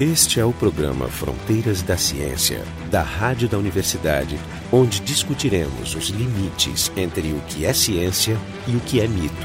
Este é o programa Fronteiras da Ciência, da Rádio da Universidade, onde discutiremos os limites entre o que é ciência e o que é mito.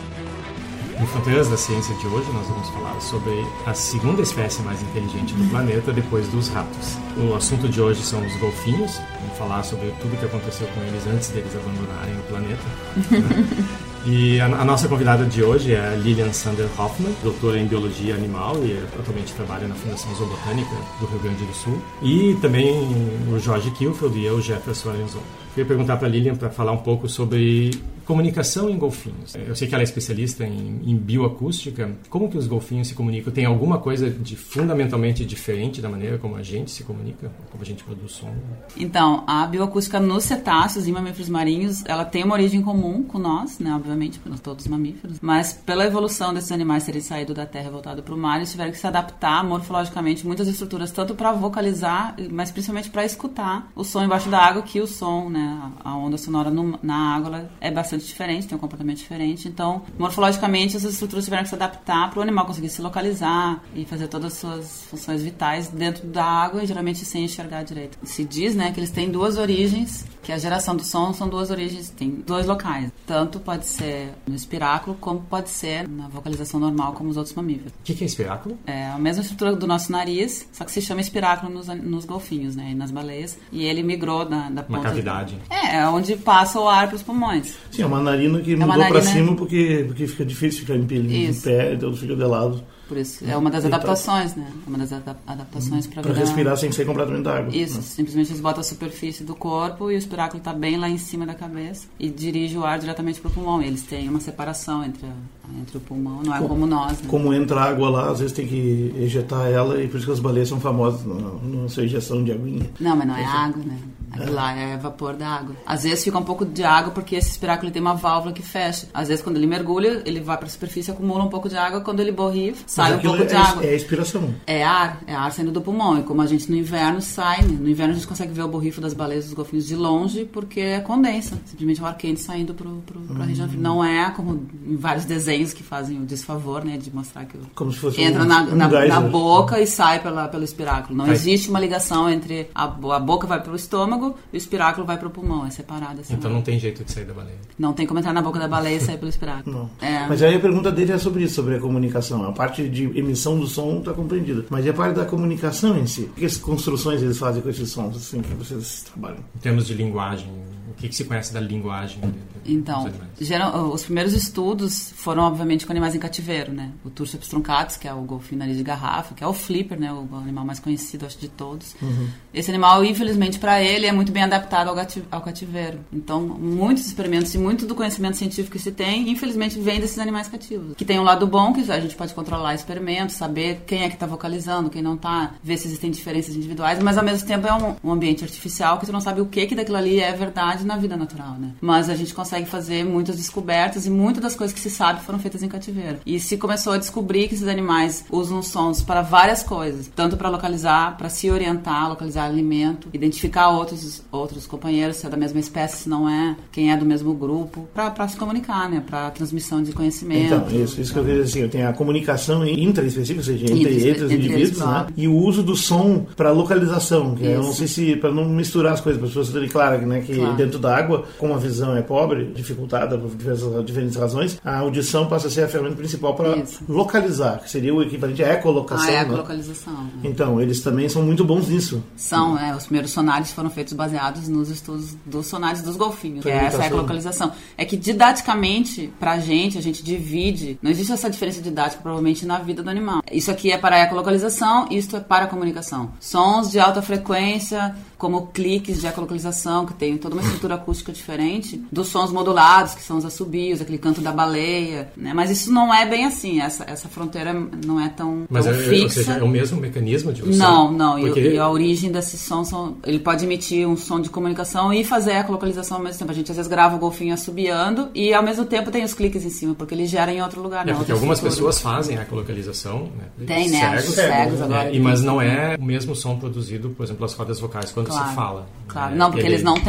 No Fronteiras da Ciência de hoje, nós vamos falar sobre a segunda espécie mais inteligente do planeta, depois dos ratos. O assunto de hoje são os golfinhos. Vamos falar sobre tudo o que aconteceu com eles antes deles abandonarem o planeta. E a nossa convidada de hoje é a Lilian Sander Hoffman, doutora em Biologia Animal e atualmente trabalha na Fundação Zoobotânica do Rio Grande do Sul. E também o Jorge Kielfeld e eu, Jefferson Arenzon. Queria perguntar para a Lilian para falar um pouco sobre comunicação em golfinhos. Eu sei que ela é especialista em bioacústica. Como que os golfinhos se comunicam? Tem alguma coisa de fundamentalmente diferente da maneira como a gente se comunica? Como a gente produz som? Então, a bioacústica nos cetáceos e mamíferos marinhos, ela tem uma origem comum com nós, né? Obviamente, com todos os mamíferos. Mas pela evolução desses animais terem saído da terra e voltado para o mar, eles tiveram que se adaptar morfologicamente muitas estruturas, tanto para vocalizar, mas principalmente para escutar o som embaixo da água, que o som, né? A onda sonora na água ela é bastante diferente, tem um comportamento diferente. Então, morfologicamente, essas estruturas tiveram que se adaptar para o animal conseguir se localizar e fazer todas as suas funções vitais dentro da água e geralmente sem enxergar direito. Se diz, né, que eles têm duas origens, que a geração do som são duas origens, tem dois locais. Tanto pode ser no espiráculo, como pode ser na vocalização normal, como os outros mamíferos. O que é espiráculo? É a mesma estrutura do nosso nariz, só que se chama espiráculo nos golfinhos, né, e nas baleias. E ele migrou da ponta... Uma cavidade. É onde passa o ar para os pulmões. Sim, é uma narina que mudou para cima porque fica difícil ficar em pé, então fica de lado. Por isso, é uma das adaptações, né? É uma das adaptações para respirar sem ser completamente da água. Isso, né? Simplesmente eles botam a superfície do corpo e o espiráculo está bem lá em cima da cabeça e dirige o ar diretamente para o pulmão. Eles têm uma separação entre o pulmão, não é como nós, né? Como entra água lá, às vezes tem que ejetar ela e por isso que as baleias são famosas na sua injeção de aguinha. Não, mas não é água, né? Aquilo lá é vapor da água. Às vezes fica um pouco de água porque esse espiráculo ele tem uma válvula que fecha. Às vezes quando ele mergulha, ele vai para a superfície, acumula um pouco de água, quando ele borrifa, sai um pouco de água. É expiração. É ar saindo do pulmão. E como a gente no inverno sai, né? No inverno a gente consegue ver o borrifo das baleias dos golfinhos de longe porque é condensa. Simplesmente o ar quente saindo para a região. Não é como em vários desenhos que fazem o desfavor, né? De mostrar que como se fosse entra na boca e sai pelo espiráculo. Não existe uma ligação entre a boca vai para o estômago e o espiráculo vai para o pulmão. É separado. Assim, então não tem jeito de sair da baleia. Não tem como entrar na boca da baleia e sair pelo espiráculo. Não. Mas aí a pergunta dele é sobre isso, sobre a comunicação. A parte de emissão do som está compreendida. Mas e a parte da comunicação em si? Que construções eles fazem com esses sons assim, que vocês trabalham? Em termos de linguagem, o que se conhece da linguagem então, dos animais? Os primeiros estudos foram, obviamente, com animais em cativeiro, né? O Tursops truncatus, que é o golfinho nariz de garrafa, que é o flipper, né? O animal mais conhecido, acho, de todos. Uhum. Esse animal, infelizmente, para ele, é muito bem adaptado ao cativeiro. Então, muitos experimentos e muito do conhecimento científico que se tem, infelizmente, vem desses animais cativos. Que tem um lado bom, que a gente pode controlar experimentos, saber quem é que está vocalizando, quem não está, ver se existem diferenças individuais, mas, ao mesmo tempo, é um ambiente artificial que tu não sabe o que daquilo ali é verdade na vida natural, né? Mas a gente consegue fazer muitas descobertas e muitas das coisas que se sabe foram feitas em cativeiro. E se começou a descobrir que esses animais usam sons para várias coisas, tanto para localizar, para se orientar, localizar alimento, identificar outros companheiros, se é da mesma espécie, se não é, quem é do mesmo grupo, para se comunicar, né? Para transmissão de conhecimento. Então, isso que eu queria dizer, tem a comunicação intraespecífica, ou seja, entre os indivíduos, né? E o uso do som para localização, que eu não sei se, para não misturar as coisas, para as pessoas terem claro, né, que dentro da água, como a visão é pobre, dificultada por diferentes razões, a audição passa a ser a ferramenta principal para localizar, que seria o equivalente à ecolocação. A ecolocalização. Né? Então, eles também são muito bons nisso. São, os primeiros sonares foram feitos baseados nos estudos dos sonares dos golfinhos, que é essa ecolocalização. É que didaticamente, pra gente, a gente divide, não existe essa diferença didática provavelmente na vida do animal. Isso aqui é para a ecolocalização, isto é para a comunicação. Sons de alta frequência, como cliques de ecolocalização, que tem toda uma estrutura acústica diferente, dos sons modulados, que são os assobios, aquele canto da baleia, né? Mas isso não é bem assim, essa fronteira não é tão fixa. Ou seja, é o mesmo mecanismo de som? Não, porque... e a origem desses sons ele pode emitir um som de comunicação e fazer a ecolocalização ao mesmo tempo. A gente às vezes grava o golfinho assobiando e ao mesmo tempo tem os cliques em cima, porque ele gera em outro lugar. Porque algumas pessoas fazem a ecolocalização, né? Tem, né? Cegos agora. Mas não é o mesmo som produzido, por exemplo, as cordas vocais quando se fala. Claro, não, porque eles não têm cordas vocais.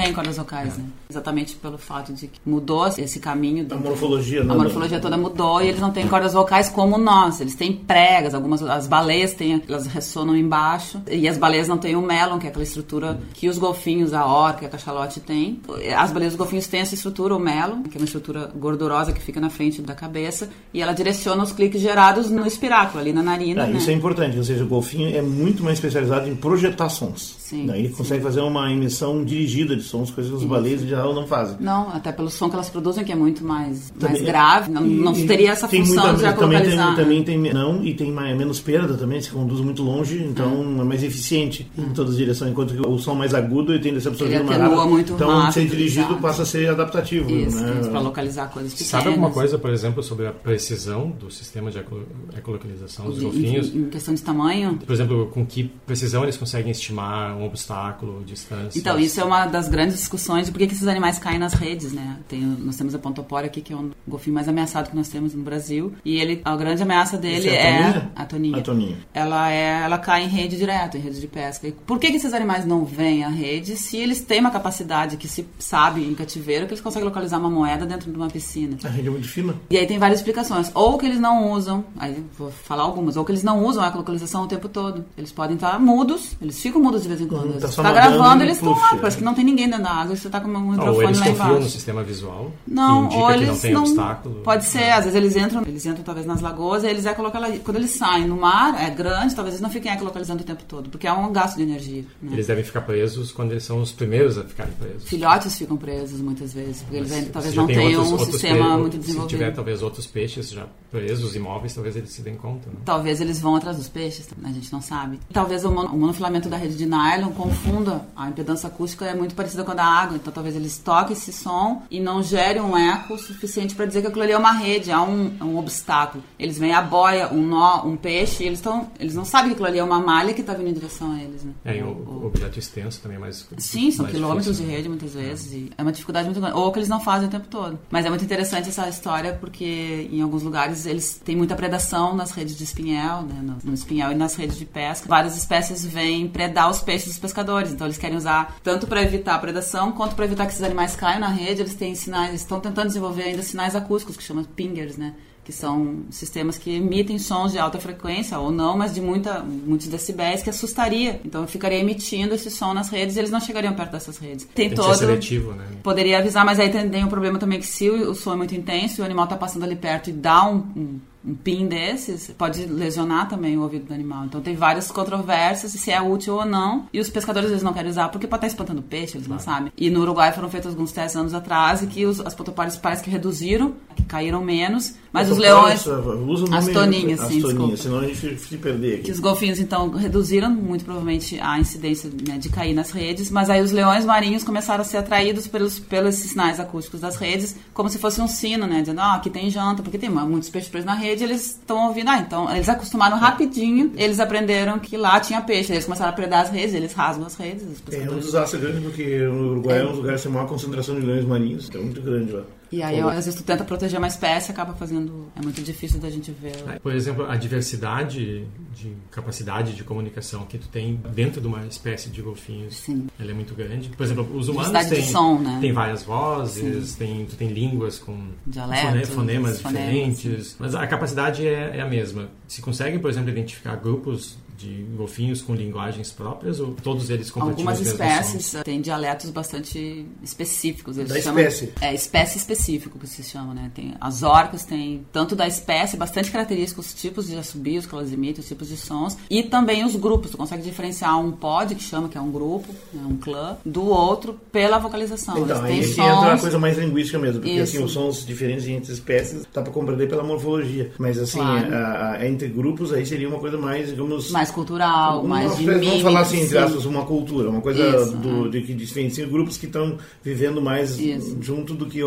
vocais, né? Exatamente pelo fato de que mudou esse caminho. A morfologia, né? A morfologia toda mudou e eles não têm cordas vocais como nós. Eles têm pregas, as baleias têm, elas ressonam embaixo. E as baleias não têm o mélon, que é aquela estrutura que os golfinhos, a orca e a cachalote têm. As baleias dos golfinhos têm essa estrutura, o mélon, que é uma estrutura gordurosa que fica na frente da cabeça. E ela direciona os cliques gerados no espiráculo, ali na narina. Né? Isso é importante, ou seja, o golfinho é muito mais especializado em projetar sons. Sim, Daí ele consegue fazer uma emissão dirigida de sons, coisas que os baleias em geral não fazem. Não, até pelo som que elas produzem, que é muito mais grave, não teria essa função muita, de ecolocalizar. Também tem menos perda também, se conduz muito longe, então é mais eficiente em todas as direções, enquanto que o som mais agudo ele tende a ser absorvido mais rápido. Muito então, rápido, ser dirigido passa a ser adaptativo. Isso, né? para localizar coisas pequenas. Sabe alguma coisa, por exemplo, sobre a precisão do sistema de ecolocalização dos golfinhos? Em questão de tamanho? Por exemplo, com que precisão eles conseguem estimar um obstáculo, distância? Então, isso é uma das grandes discussões de por que esses animais caem nas redes, né? Nós temos a pontopora aqui, que é um golfinho mais ameaçado que nós temos no Brasil. E a grande ameaça dele é a toninha. A toninha. Ela cai em rede direto, em rede de pesca. E por que esses animais não vêm à rede se eles têm uma capacidade que se sabe em cativeiro que eles conseguem localizar uma moeda dentro de uma piscina? A rede é muito fina. E aí tem várias explicações. Ou que eles não usam, aí vou falar algumas, ou que eles não usam a ecolocalização o tempo todo. Eles podem estar mudos, eles ficam mudos de vez em quando. Você tá gravando, eles estão lá, parece que não tem ninguém dentro da água, você tá com um microfone ou eles lá embaixo. confiam no sistema visual, não, que indica ou que eles não tem obstáculo. Pode ser, às vezes eles entram talvez nas lagoas, e eles quando eles saem no mar, é grande, talvez eles não fiquem ecolocalizando o tempo todo, porque é um gasto de energia. Né? Eles devem ficar presos quando eles são os primeiros a ficarem presos. Filhotes ficam presos muitas vezes, porque eles talvez não tenham um sistema muito desenvolvido. Se tiver talvez outros peixes já presos, imóveis, talvez eles se deem conta. Né? Talvez eles vão atrás dos peixes, a gente não sabe. Talvez o monofilamento da rede de nylon confunda, a impedância acústica é muito parecida com a da água, então talvez eles toquem esse som e não gerem um eco suficiente para dizer que aquilo ali é uma rede, é um obstáculo. Eles veem a boia, um nó, um peixe, e eles não sabem que aquilo ali é uma malha que está vindo em direção a eles. Né? O objeto extenso também é mais... Sim, são mais quilômetros difícil, de rede muitas vezes, e é uma dificuldade muito grande. Ou que eles não fazem o tempo todo. Mas é muito interessante essa história, porque em alguns lugares eles têm muita predação nas redes de espinhel, né? no espinhel e nas redes de pesca. Várias espécies vêm predar os peixes dos pescadores, então eles querem usar tanto para evitar a predação, quanto para evitar que esses animais caiam na rede. Eles têm sinais, estão tentando desenvolver ainda sinais acústicos, que chamam pingers, né? Que são sistemas que emitem sons de alta frequência, ou não, mas de muitos decibéis, que assustaria. Então, eu ficaria emitindo esse som nas redes e eles não chegariam perto dessas redes. Tem que ser seletivo, né? Poderia avisar, mas aí tem um problema também que se o som é muito intenso e o animal está passando ali perto e dá um pin desses, pode lesionar também o ouvido do animal. Então tem várias controvérsias se é útil ou não, e os pescadores eles não querem usar porque pode estar espantando peixe, eles não sabem. E no Uruguai foram feitos alguns testes anos atrás e que as potopares parece que reduziram, que caíram menos, mas os leões... As toninhas, sim, desculpa. Senão a gente se perder aqui. Que os golfinhos, então, reduziram muito provavelmente a incidência, né, de cair nas redes, mas aí os leões marinhos começaram a ser atraídos pelos sinais acústicos das redes, como se fosse um sino, né, dizendo, aqui tem janta, porque tem muitos peixes presos na rede, eles estão ouvindo, então eles acostumaram rapidinho, eles aprenderam que lá tinha peixe, eles começaram a predar as redes, eles rasgam as redes. É um desastre grande, porque o Uruguai é um lugar sem maior concentração de leões marinhos, é muito grande lá. E aí, às vezes, tu tenta proteger uma espécie, acaba fazendo... É muito difícil da gente ver. Por exemplo, a diversidade de capacidade de comunicação que tu tem dentro de uma espécie de golfinhos, sim, ela é muito grande. Por exemplo, os humanos têm várias vozes, tu tem línguas com dialetos, fonemas diferentes, mas a capacidade é a mesma. Se conseguem, por exemplo, identificar grupos de golfinhos com linguagens próprias, ou todos eles compartilham as mesmas sons? Algumas espécies têm dialetos bastante específicos. Eles espécie? Espécie específico que se chama, né? Tem, as orcas têm tanto da espécie, bastante característicos, os tipos de assobios que elas emitem, os tipos de sons, e também os grupos. Tu consegue diferenciar um pod, que chama, que é um grupo, né, um clã, do outro pela vocalização. Então, aí entra a coisa mais linguística mesmo, porque assim, os sons diferentes entre espécies dá pra compreender pela morfologia, mas assim, claro, entre grupos aí seria uma coisa mais, digamos... mais cultural, mais de mímica. Vamos falar assim, entre aspas, uma cultura, uma coisa que diferencia grupos que estão vivendo mais junto do que outros que se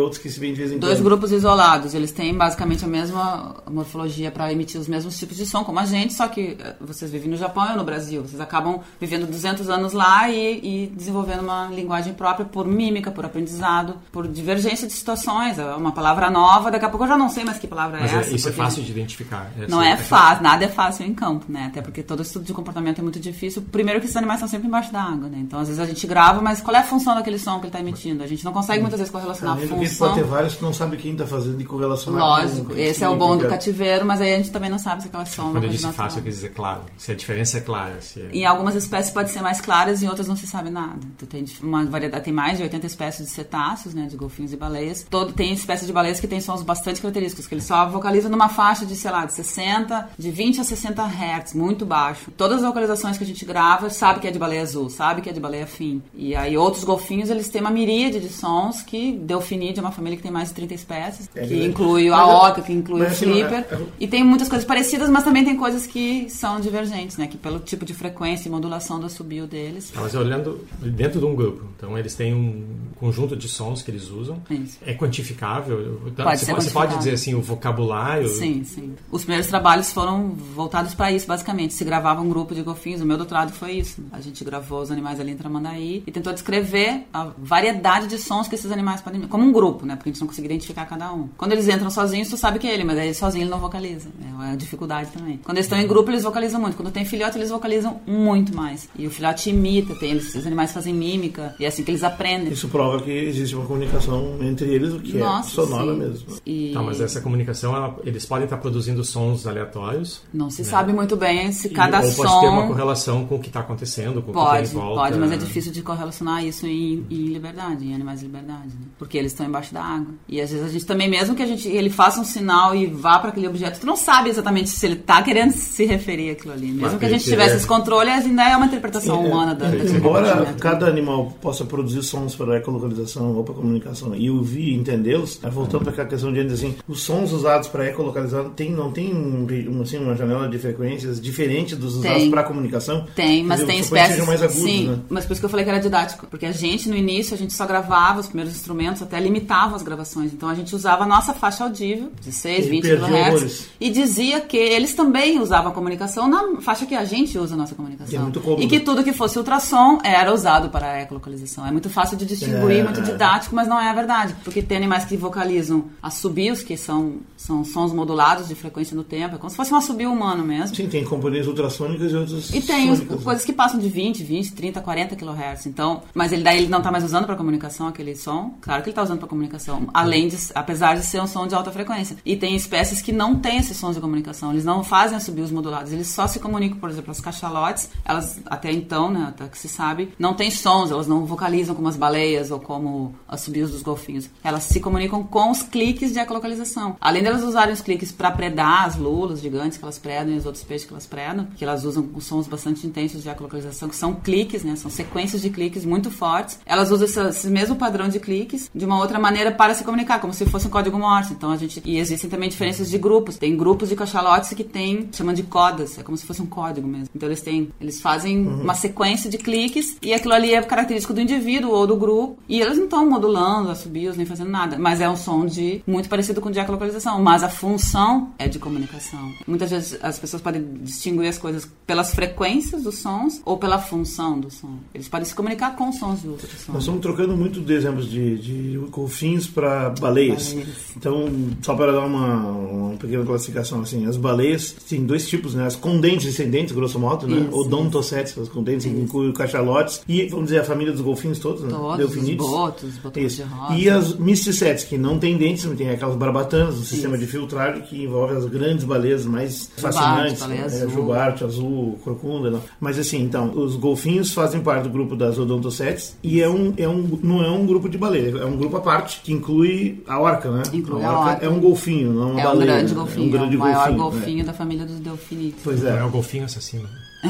vem de vez em quando. 2 grupos isolados, eles têm basicamente a mesma morfologia para emitir os mesmos tipos de som como a gente, só que vocês vivem no Japão e no Brasil, vocês acabam vivendo 200 anos lá e desenvolvendo uma linguagem própria por mímica, por aprendizado, por divergência de situações, é uma palavra nova, daqui a pouco eu já não sei mais que palavra é essa. Isso é fácil de identificar. Não é fácil, nada é fácil em campo, né? Até porque todo estudo de comportamento é muito difícil. Primeiro que esses animais estão sempre embaixo da água, né? Então às vezes a gente grava, mas qual é a função daquele som que ele está emitindo? A gente não consegue muitas vezes correlacionar a função. Pode ter vários que não sabem quem está fazendo de correlacionar. Lógico, esse é o bom do cativeiro, mas aí a gente também não sabe se aquelas são Quando eu disse fácil, eu quis dizer claro. Se a diferença é clara. Em algumas espécies pode ser mais claras, em outras não se sabe nada. Então, tem uma variedade, tem mais de 80 espécies de cetáceos, né? De golfinhos e baleias. Tem espécies de baleias que tem sons bastante característicos, que eles só vocalizam numa faixa de, sei lá, de 60, de 20 a 60 Hz, muito baixo. Todas as vocalizações que a gente grava, sabe que é de baleia azul, sabe que é de baleia fim. E aí outros golfinhos, eles têm uma miríade de sons, que Delphinidae é uma família que tem mais de 30 espécies, que inclui a orca, que inclui o flipper. E tem muitas coisas parecidas, mas também tem coisas que são divergentes, né? Que pelo tipo de frequência e modulação do assobio deles. Mas olhando dentro de um grupo, então eles têm um conjunto de sons que eles usam. Isso. É quantificável? Então, você pode dizer assim, o vocabulário? Sim, sim. Os primeiros trabalhos foram voltados para isso, basicamente. Se gravava um grupo de golfinhos, o meu doutorado foi isso. A gente gravou os animais ali em Tramandaí e tentou descrever a variedade de sons que esses animais podem emitir, como um grupo, né? Porque a gente não conseguia identificar cada um. Quando eles entram sozinhos, tu sabe que é ele, mas aí sozinho ele não vocaliza. É uma dificuldade também. Quando eles estão em grupo, eles vocalizam muito. Quando tem filhote, eles vocalizam muito mais. E o filhote imita, os animais fazem mímica, e é assim que eles aprendem. Isso prova que existe uma comunicação entre eles, o que é sonora mesmo. Tá, mas essa comunicação, eles podem estar produzindo sons aleatórios? Não se sabe muito bem se cada som... Ou pode ter uma correlação com o que está acontecendo, com o que tem em volta. Pode, mas é difícil de correlacionar isso em liberdade, em animais de liberdade, né? Porque eles estão embaixo da água. E às vezes a gente também, mesmo que ele faça um sinal e vá para aquele objeto, tu não sabe exatamente se ele está querendo se referir àquilo ali. Mesmo que a gente tivesse esse controle, ainda é uma interpretação humana da embora cada animal possa produzir sons para ecolocalização ou para comunicação e ouvir e entendê-los, voltando para aquela questão de assim, os sons usados para ecolocalização não tem uma janela de frequências diferente dos usados para comunicação? Tem, mas tem espécies... mais agudos, sim, né? mas por isso que eu falei que era didático, porque a gente, no início, a gente só gravava os primeiros instrumentos, até limitava as gravações, então a gente usava a nossa faixa audível, de 6, 20 kHz, e dizia que eles também usavam a comunicação na faixa que a gente usa a nossa comunicação. É muito cômodo. E que tudo que fosse ultrassom era usado para a ecolocalização. É muito fácil de distinguir, muito didático, mas não é a verdade, porque tem animais que vocalizam assobios, que são sons modulados de frequência no tempo, é como se fosse um assobio humano mesmo. Sim, tem componentes ultrassônicas e outros e tem coisas que passam de 20, 30, 40 kHz. Então, mas ele não está mais usando para comunicação aquele som. Claro que ele está usando para comunicação, apesar de ser um som de alta frequência. E tem espécies que não têm esses sons de comunicação. Eles não fazem assobios modulados. Eles só se comunicam, por exemplo, as cachalotes. Elas, até então, né, até que se sabe, não têm sons. Elas não vocalizam como as baleias ou como assobios dos golfinhos. Elas se comunicam com os cliques de ecolocalização. Além delas usarem os cliques para predar as lulas gigantes que elas predam e os outros peixes que elas predam, que elas usam com sons bastante intensos de ecolocalização, que são cliques, né? São sequências de cliques muito fortes. Elas usam esse mesmo padrão de cliques de uma outra maneira para se comunicar, como se fosse um código Morse. Então e existem também diferenças de grupos. Tem grupos de cachalotes que chamam de codas, é como se fosse um código mesmo. Então eles fazem uma sequência de cliques e aquilo ali é característico do indivíduo ou do grupo, e eles não estão modulando assobios nem fazendo nada, mas é um som muito parecido com o de ecolocalização, mas a função é de comunicação. Muitas vezes as pessoas podem distinguir as coisas pelas frequências dos sons ou pela função do som. Eles podem se comunicar com sons de outros sons. Nós estamos trocando muito de exemplos de golfinhos para baleias. Então, só para dar uma pequena classificação, assim, as baleias têm 2 tipos, né? As condentes e descendentes, grosso modo, né? Odontocetes, as condentes, incluem cachalotes e, vamos dizer, a família dos golfinhos todos, né? Delphinidae. Os botos de rosa. E as misticetes, que não têm dentes, tem aquelas barbatanas, um sistema de filtragem que envolve as grandes baleias mais fascinantes, jubarte, azul, crocunda, não. Mas assim, então, os golfinhos fazem parte do grupo das odontocetes e não é um grupo de baleia, é um grupo à parte, que inclui a orca, né? Inclui a orca é um golfinho, não uma baleia. É um grande golfinho, é o maior golfinho da família dos delfinídeos. Pois é. É o golfinho assassino.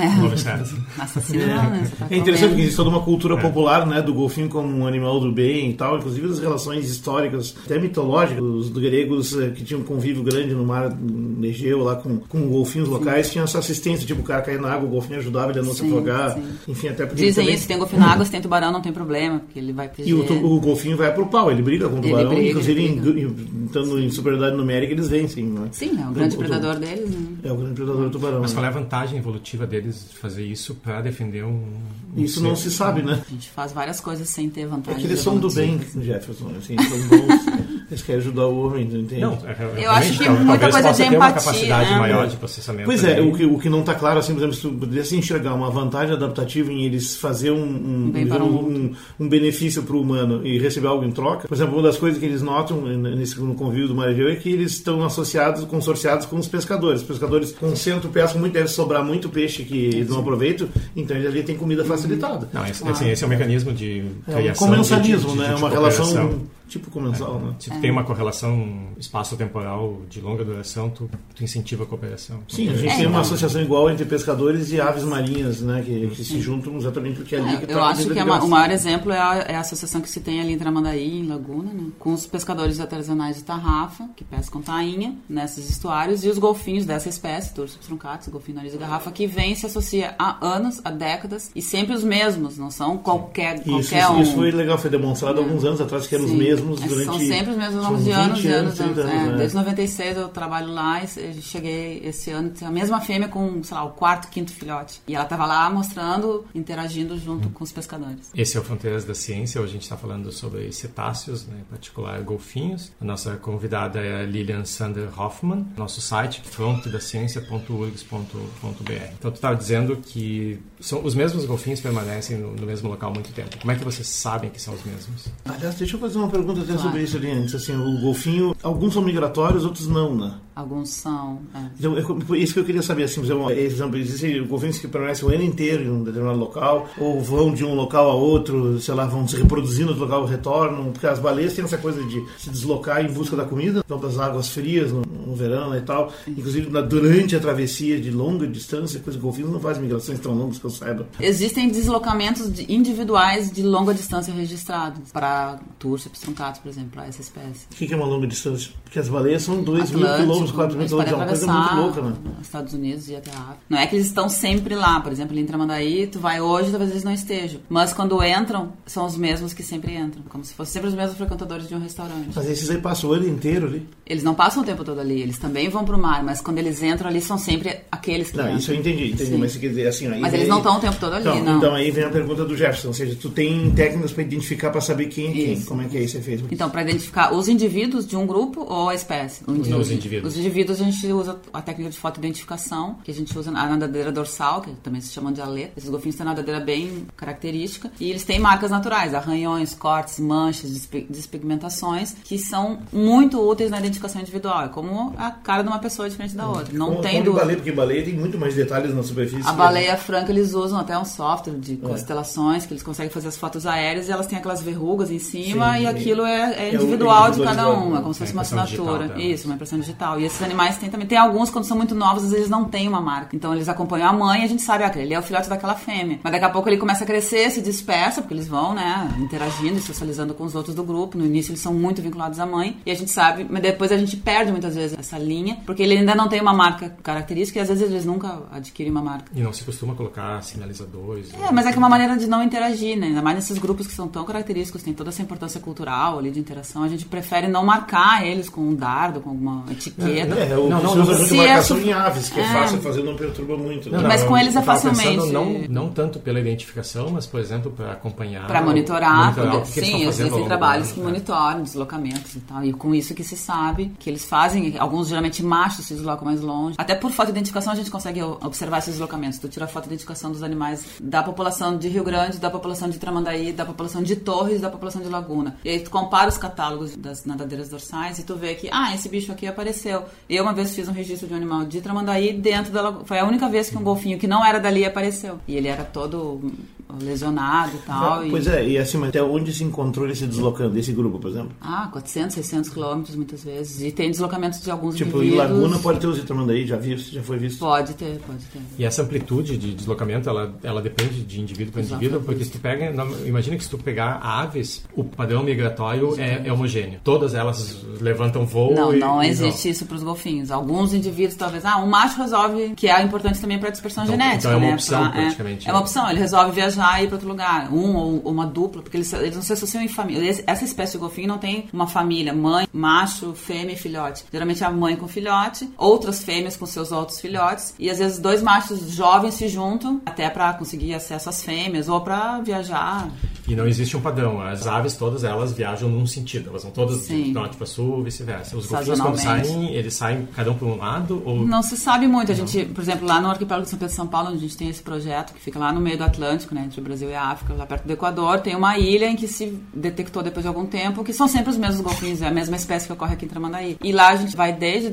Assassino não, né? É interessante que existe toda uma cultura popular, né, do golfinho como um animal do bem e tal, inclusive as relações históricas, até mitológicas, os gregos que tinham um convívio grande no mar Egeu, lá com golfinhos locais, tinham essa assistência, tipo, o cara caía na água, o golfinho ajudava ele a não se afogar, enfim, até porque dizem também... isso, tem golfinho na água, se tem tubarão não tem problema, porque ele vai pedir. E o golfinho vai pro pau, ele briga com o tubarão, briga, inclusive estando em superioridade numérica, eles vencem, né? Sim, é o grande predador deles, né? É o grande predador do tubarão. Mas qual é a vantagem evolutiva deles de fazer isso para defender isso não se sabe, né? A gente faz várias coisas sem ter vantagem. É que eles são do bem, Jefferson, assim, são bons, eles querem ajudar o homem, entende? Não, eu acho que muita coisa de empatia, uma capacidade maior de processamento. Pois é, o que não está claro, assim, por exemplo, se tu pudesse enxergar uma vantagem adaptativa em eles fazer um benefício para o humano e receber algo em troca, por exemplo, uma das coisas que eles notam no convívio do Marejeu é que eles estão consorciados com os pescadores. Os pescadores concentram pesca muito, deve sobrar muito peixe que eles não aproveitam, então eles ali têm comida facilitada. Não, esse é o mecanismo de criação. É um comensalismo, né? De uma relação tipo comensal, né? Se tu tem uma correlação espaço-temporal de longa duração, tu incentiva a cooperação. Sim, a gente tem uma associação igual entre pescadores e aves marinhas, né? Que se juntam exatamente porque é ali que eu acho que o maior exemplo é a associação que se tem ali em Tramandaí, em Laguna, né? Com os pescadores artesanais de tarrafa, que pescam tainha nesses estuários, e os golfinhos dessa espécie, Turcips truncatus, golfinho nariz de garrafa, que vem e se associa há anos, há décadas, e sempre os mesmos, não são qualquer um. Isso foi legal, foi demonstrado há alguns anos atrás que eram os mesmos durante... São sempre os mesmos nomes de anos e anos. Né? Desde 96 eu trabalho lá e cheguei esse ano, a mesma fêmea com, sei lá, o quarto, quinto filhote. E ela estava lá mostrando, interagindo junto com os pescadores. Esse é o Fronteiras da Ciência. Hoje a gente está falando sobre cetáceos, né, em particular golfinhos. A nossa convidada é a Lilian Sander Hoffman. Nosso site, frontedaciencia.urgs.br. Então tu estava dizendo que os mesmos golfinhos permanecem no mesmo local há muito tempo. Como é que vocês sabem que são os mesmos? Aliás, deixa eu fazer uma pergunta até sobre isso ali antes. Assim, o golfinho, alguns são migratórios, outros não, né? Alguns são. Então, isso que eu queria saber, assim, por exemplo, existem golfinhos que permanecem o ano inteiro em um determinado local, ou vão de um local a outro, sei lá, vão se reproduzindo no local, retornam, porque as baleias têm essa coisa de se deslocar em busca da comida, vão para as águas frias no verão e tal, inclusive durante a travessia de longa distância, os golfinhos não fazem migrações tão longas que eu saiba. Existem deslocamentos individuais de longa distância registrados para Turcips truncatus, por exemplo, para essa espécie. O que é uma longa distância? Porque as baleias são 2.000 km, 4.000 km, é uma coisa muito louca, né? Estados Unidos e até a África. Não é que eles estão sempre lá, por exemplo, ali em Tramandaí, tu vai hoje, talvez eles não estejam. Mas quando entram, são os mesmos que sempre entram, como se fossem sempre os mesmos frequentadores de um restaurante. Mas esses aí passam o ano inteiro ali? Eles não passam o tempo todo ali, eles também vão pro mar, mas quando eles entram ali, são sempre aqueles que entram. Isso eu entendi, mas quer dizer assim... Mas eles não estão o tempo todo ali, não. Então aí vem a pergunta do Jefferson, ou seja, tu tem técnicas para identificar, para saber quem é quem, como é que isso é feito? Então, para identificar os indivíduos de um grupo ou a espécie? Os indivíduos. Os indivíduos a gente usa a técnica de fotoidentificação, que a gente usa a nadadeira dorsal, que também se chama de aleta. Esses golfinhos têm nadadeira bem característica e eles têm marcas naturais, arranhões, cortes, manchas, despigmentações, que são muito úteis na identificação individual. É como a cara de uma pessoa diferente da outra. Não tem dúvida. Baleia, porque baleia tem muito mais detalhes na superfície. A baleia franca, eles usam até um software de constelações, que eles conseguem fazer as fotos aéreas e elas têm aquelas verrugas em cima e aquilo é individual de cada um. É como se fosse uma assinatura. Isso, uma impressão digital. E esses animais tem alguns, quando são muito novos, às vezes não tem uma marca. Então eles acompanham a mãe e a gente sabe, ele é o filhote daquela fêmea. Mas daqui a pouco ele começa a crescer, se dispersa, porque eles vão, né, interagindo e socializando com os outros do grupo. No início eles são muito vinculados à mãe e a gente sabe, mas depois a gente perde muitas vezes essa linha, porque ele ainda não tem uma marca característica e às vezes eles nunca adquirem uma marca. E não se costuma colocar sinalizadores? Mas é que é uma maneira de não interagir, né? Ainda mais nesses grupos que são tão característicos, tem toda essa importância cultural ali de interação, a gente prefere não marcar eles com um dardo, com alguma etiqueta. Se marcação em aves, que é fácil fazer, não perturba muito. Mas com eles é facilmente. Não tanto pela identificação, mas, por exemplo, para acompanhar. Para monitorar. Sim, existem trabalhos que monitoram deslocamentos e tal. E com isso que se sabe que eles fazem, alguns geralmente machos se deslocam mais longe. Até por fotoidentificação a gente consegue observar esses deslocamentos. Tu tira a fotoidentificação dos animais da população de Rio Grande, da população de Tramandaí, da população de Torres, da população de Laguna. E aí tu compara os catálogos das nadadeiras dorsais e tu vê que, esse bicho aqui apareceu. Eu uma vez fiz um registro de um animal de Tramandaí dentro da Laguna. Foi a única vez que um golfinho que não era dali apareceu. E ele era todo lesionado e tal. Pois e assim, até onde se encontrou ele se deslocando, desse grupo, por exemplo? 400, 600 quilômetros muitas vezes. E tem deslocamentos de alguns indivíduos. Em Laguna pode ter os de Tramandaí, já foi visto? Pode ter. E essa amplitude de deslocamento, ela depende de indivíduo para indivíduo, porque se tu pega, imagina que se tu pegar aves, o padrão migratório é homogêneo. Todas elas levantam voo. Não existe isso para os golfinhos. Alguns indivíduos, talvez, um macho resolve, que é importante também para a dispersão genética. Então é uma opção, praticamente. É uma opção, ele resolve viajar viajar e ir para outro lugar. Ou uma dupla, porque eles não se associam em família. Essa espécie de golfinho não tem uma família, mãe, macho, fêmea e filhote. Geralmente é a mãe com filhote, outras fêmeas com seus outros filhotes, e às vezes 2 machos jovens se juntam até para conseguir acesso às fêmeas ou para viajar. E não existe um padrão. As aves, todas elas viajam num sentido. Elas vão todas de norte para sul, vice-versa. Os golfinhos, quando saem, eles saem cada um por um lado? Ou... Não se sabe muito. A gente, por exemplo, lá no arquipélago de São Pedro e São Paulo, onde a gente tem esse projeto, que fica lá no meio do Atlântico, né, entre o Brasil e a África, lá perto do Equador, tem uma ilha em que se detectou depois de algum tempo que são sempre os mesmos golfinhos, é a mesma espécie que ocorre aqui em Tramandaí. E lá a gente vai desde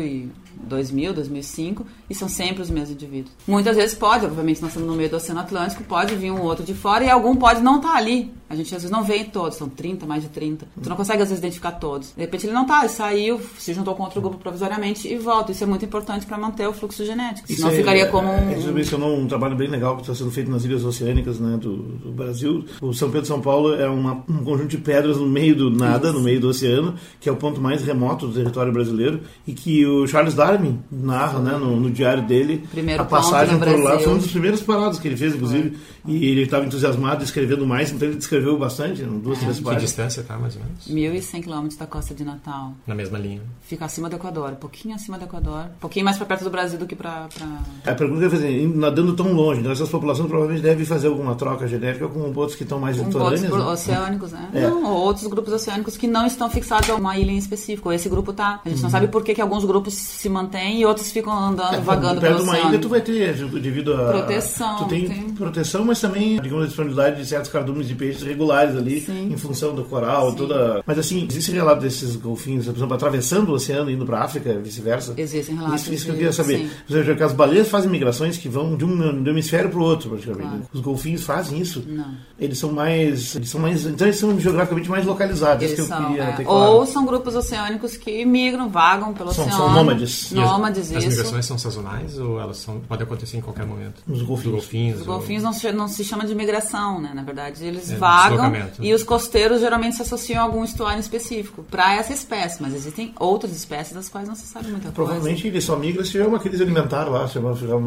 2005, e são sempre os mesmos indivíduos. Muitas vezes pode, obviamente nós estamos no meio do Oceano Atlântico, pode vir um outro de fora e algum pode não estar ali. A gente às vezes não vê todos, são 30, mais de 30. Tu não consegue às vezes identificar todos. De repente ele não tá, ele saiu, se juntou com outro grupo provisoriamente e volta. Isso é muito importante para manter o fluxo genético. Senão ficaria como Isso mencionou um trabalho bem legal que está sendo feito nas ilhas oceânicas, né, do Brasil. O São Pedro e São Paulo é um conjunto de pedras no meio do nada, no meio do oceano, que é o ponto mais remoto do território brasileiro, e que o Charles Darwin narra, né, no diário dele, a passagem por lá. Foi um dos primeiros parados que ele fez, inclusive, e ele estava entusiasmado escrevendo mais, então ele descreveu bastante, 2, 3 páginas. Que distância tá, mais ou menos? 1.100 km da costa de Natal. Na mesma linha. Fica acima do Equador, um pouquinho acima do Equador. Um pouquinho mais para perto do Brasil do que para... A pergunta que eu ia fazer, nadando tão longe, então essas populações provavelmente devem fazer alguma troca genética com outros que estão mais litorâneos, outros oceânicos, né? Não, ou outros grupos oceânicos que não estão fixados a uma ilha em específico. Esse grupo tá. A gente não sabe por que alguns grupos se mantêm e outros ficam andando, vagando pelo oceano. Perto de uma ilha tu vai ter, devido a... Proteção. Tu tem proteção, mas também, digamos, a disponibilidade de certos cardumes de peixes regulares ali, em função do coral, toda... Mas assim, existe relato desses golfinhos, por exemplo, atravessando o oceano, indo para a África, vice-versa? Existem relatos. Isso que eu queria saber. Por exemplo, que as baleias fazem migrações que vão de um hemisfério para o outro, praticamente. Claro. Os golfinhos fazem isso? Não. Eles são mais... Então eles são geograficamente mais localizados. Eles que eu queria ter claro. Ou são grupos oceânicos que migram, vagam pelo oceano. São nômades. Nômades, as migrações são sazonais ou elas podem acontecer em qualquer momento? Os golfinhos. Os golfinhos não se chama de migração, né? Na verdade, eles vagam e os costeiros geralmente se associam a algum estuário específico para essa espécie, mas existem outras espécies das quais não se sabe muita coisa. Provavelmente ele só migra se tiver uma crise alimentar lá, se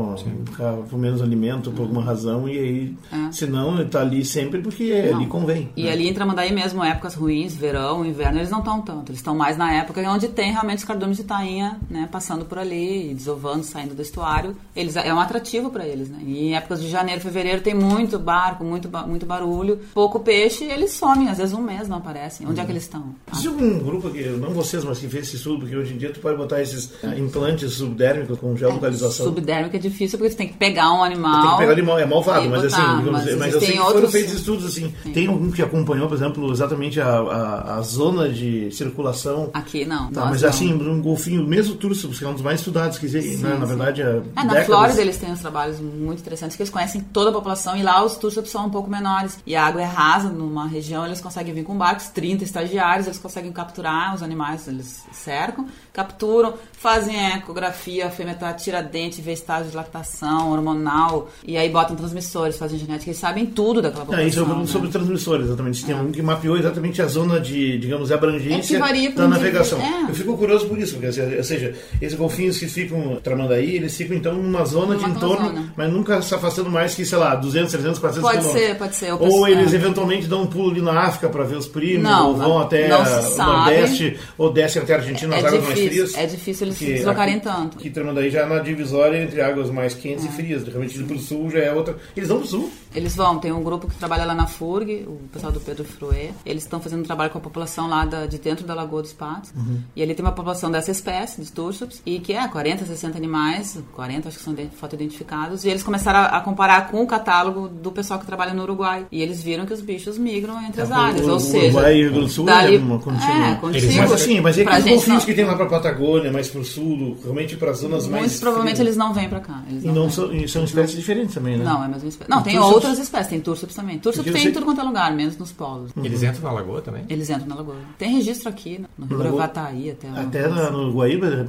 ficar com menos alimento por alguma razão, e aí, senão ele está ali sempre porque ali convém. E ali em Tramandaí mesmo, épocas ruins, verão, inverno, eles não estão tanto. Eles estão mais na época onde tem realmente os cardumes de tainha, né, passando por ali, desovando, saindo do estuário. É um atrativo para eles, né? E em épocas de janeiro, fevereiro tem muito barco, muito barulho, pouco peixe, e eles somem, às vezes um mês não aparecem. Onde é que eles estão? Existe algum grupo que, não vocês, mas que fez esse estudo, porque hoje em dia tu pode botar esses implantes subdérmicos com geolocalização. Subdérmico é difícil porque você tem que pegar um animal. Tem que pegar animal, é malvado, mas assim, mas eu sei que outros... foram feitos estudos assim. Sim. Tem algum que acompanhou, por exemplo, exatamente a zona de circulação? Aqui não. Tá, mas não. Assim, um golfinho, mesmo Túrcidos, que é um dos mais estudados, que na verdade na Flórida eles têm uns trabalhos muito interessantes, que eles conhecem toda a população, e lá os Túrcidos são um pouco menores. E a água é rasa, numa região eles conseguem vir com barcos, 30 estagiários, eles conseguem capturar os animais, eles cercam, capturam, fazem a ecografia, a fêmea tira dente, vê estágio de lactação, hormonal, e aí botam transmissores, fazem genética, eles sabem tudo daquela população. Isso eu falando sobre transmissores, exatamente. Tem um que mapeou exatamente a zona de, digamos, abrangência da navegação. Eu fico curioso por isso, porque, ou seja, esses golfinhos que ficam Tramandaí, eles ficam então numa zona de entorno, mas nunca se afastando mais que, sei lá, 200, 300, 400 quilômetros. Pode ser. Ou eles eventualmente dão um pulo ali na África para ver os primos, ou vão até o Nordeste, ou descem até a Argentina nas águas mais frias. É difícil eles se deslocarem tanto. Que Tramandaí já é na divisória entre águas mais quentes e frias. Realmente pro sul já é outra. Eles vão pro sul? Eles vão. Tem um grupo que trabalha lá na FURG, o pessoal do Pedro Fruet. Eles estão fazendo um trabalho com a população lá de dentro da Lagoa dos Patos. E ali tem uma população dessa espécie, de túrcidos, e que 40, 60 animais, 40 acho que são fotoidentificados, e eles começaram a comparar com o catálogo do pessoal que trabalha no Uruguai. E eles viram que os bichos migram entre as áreas, ou seja... O Uruguai e o Rio Grande do Sul é uma contínua. Mas assim, mas é que os golfinhos que tem lá pra Patagônia, mais pro sul, realmente para zonas mais... Muito provavelmente eles não vêm pra cá. E não são espécies diferentes também, né? Não, é a mesma espécie. Não, tem outras espécies, tem túrcidos também. Túrcidos tem em tudo quanto é lugar, menos nos polos. Eles entram na lagoa também? Eles entram na lagoa. Tem registro aqui, no Rio Gravataí até no Guaíba, de repente, eventualmente?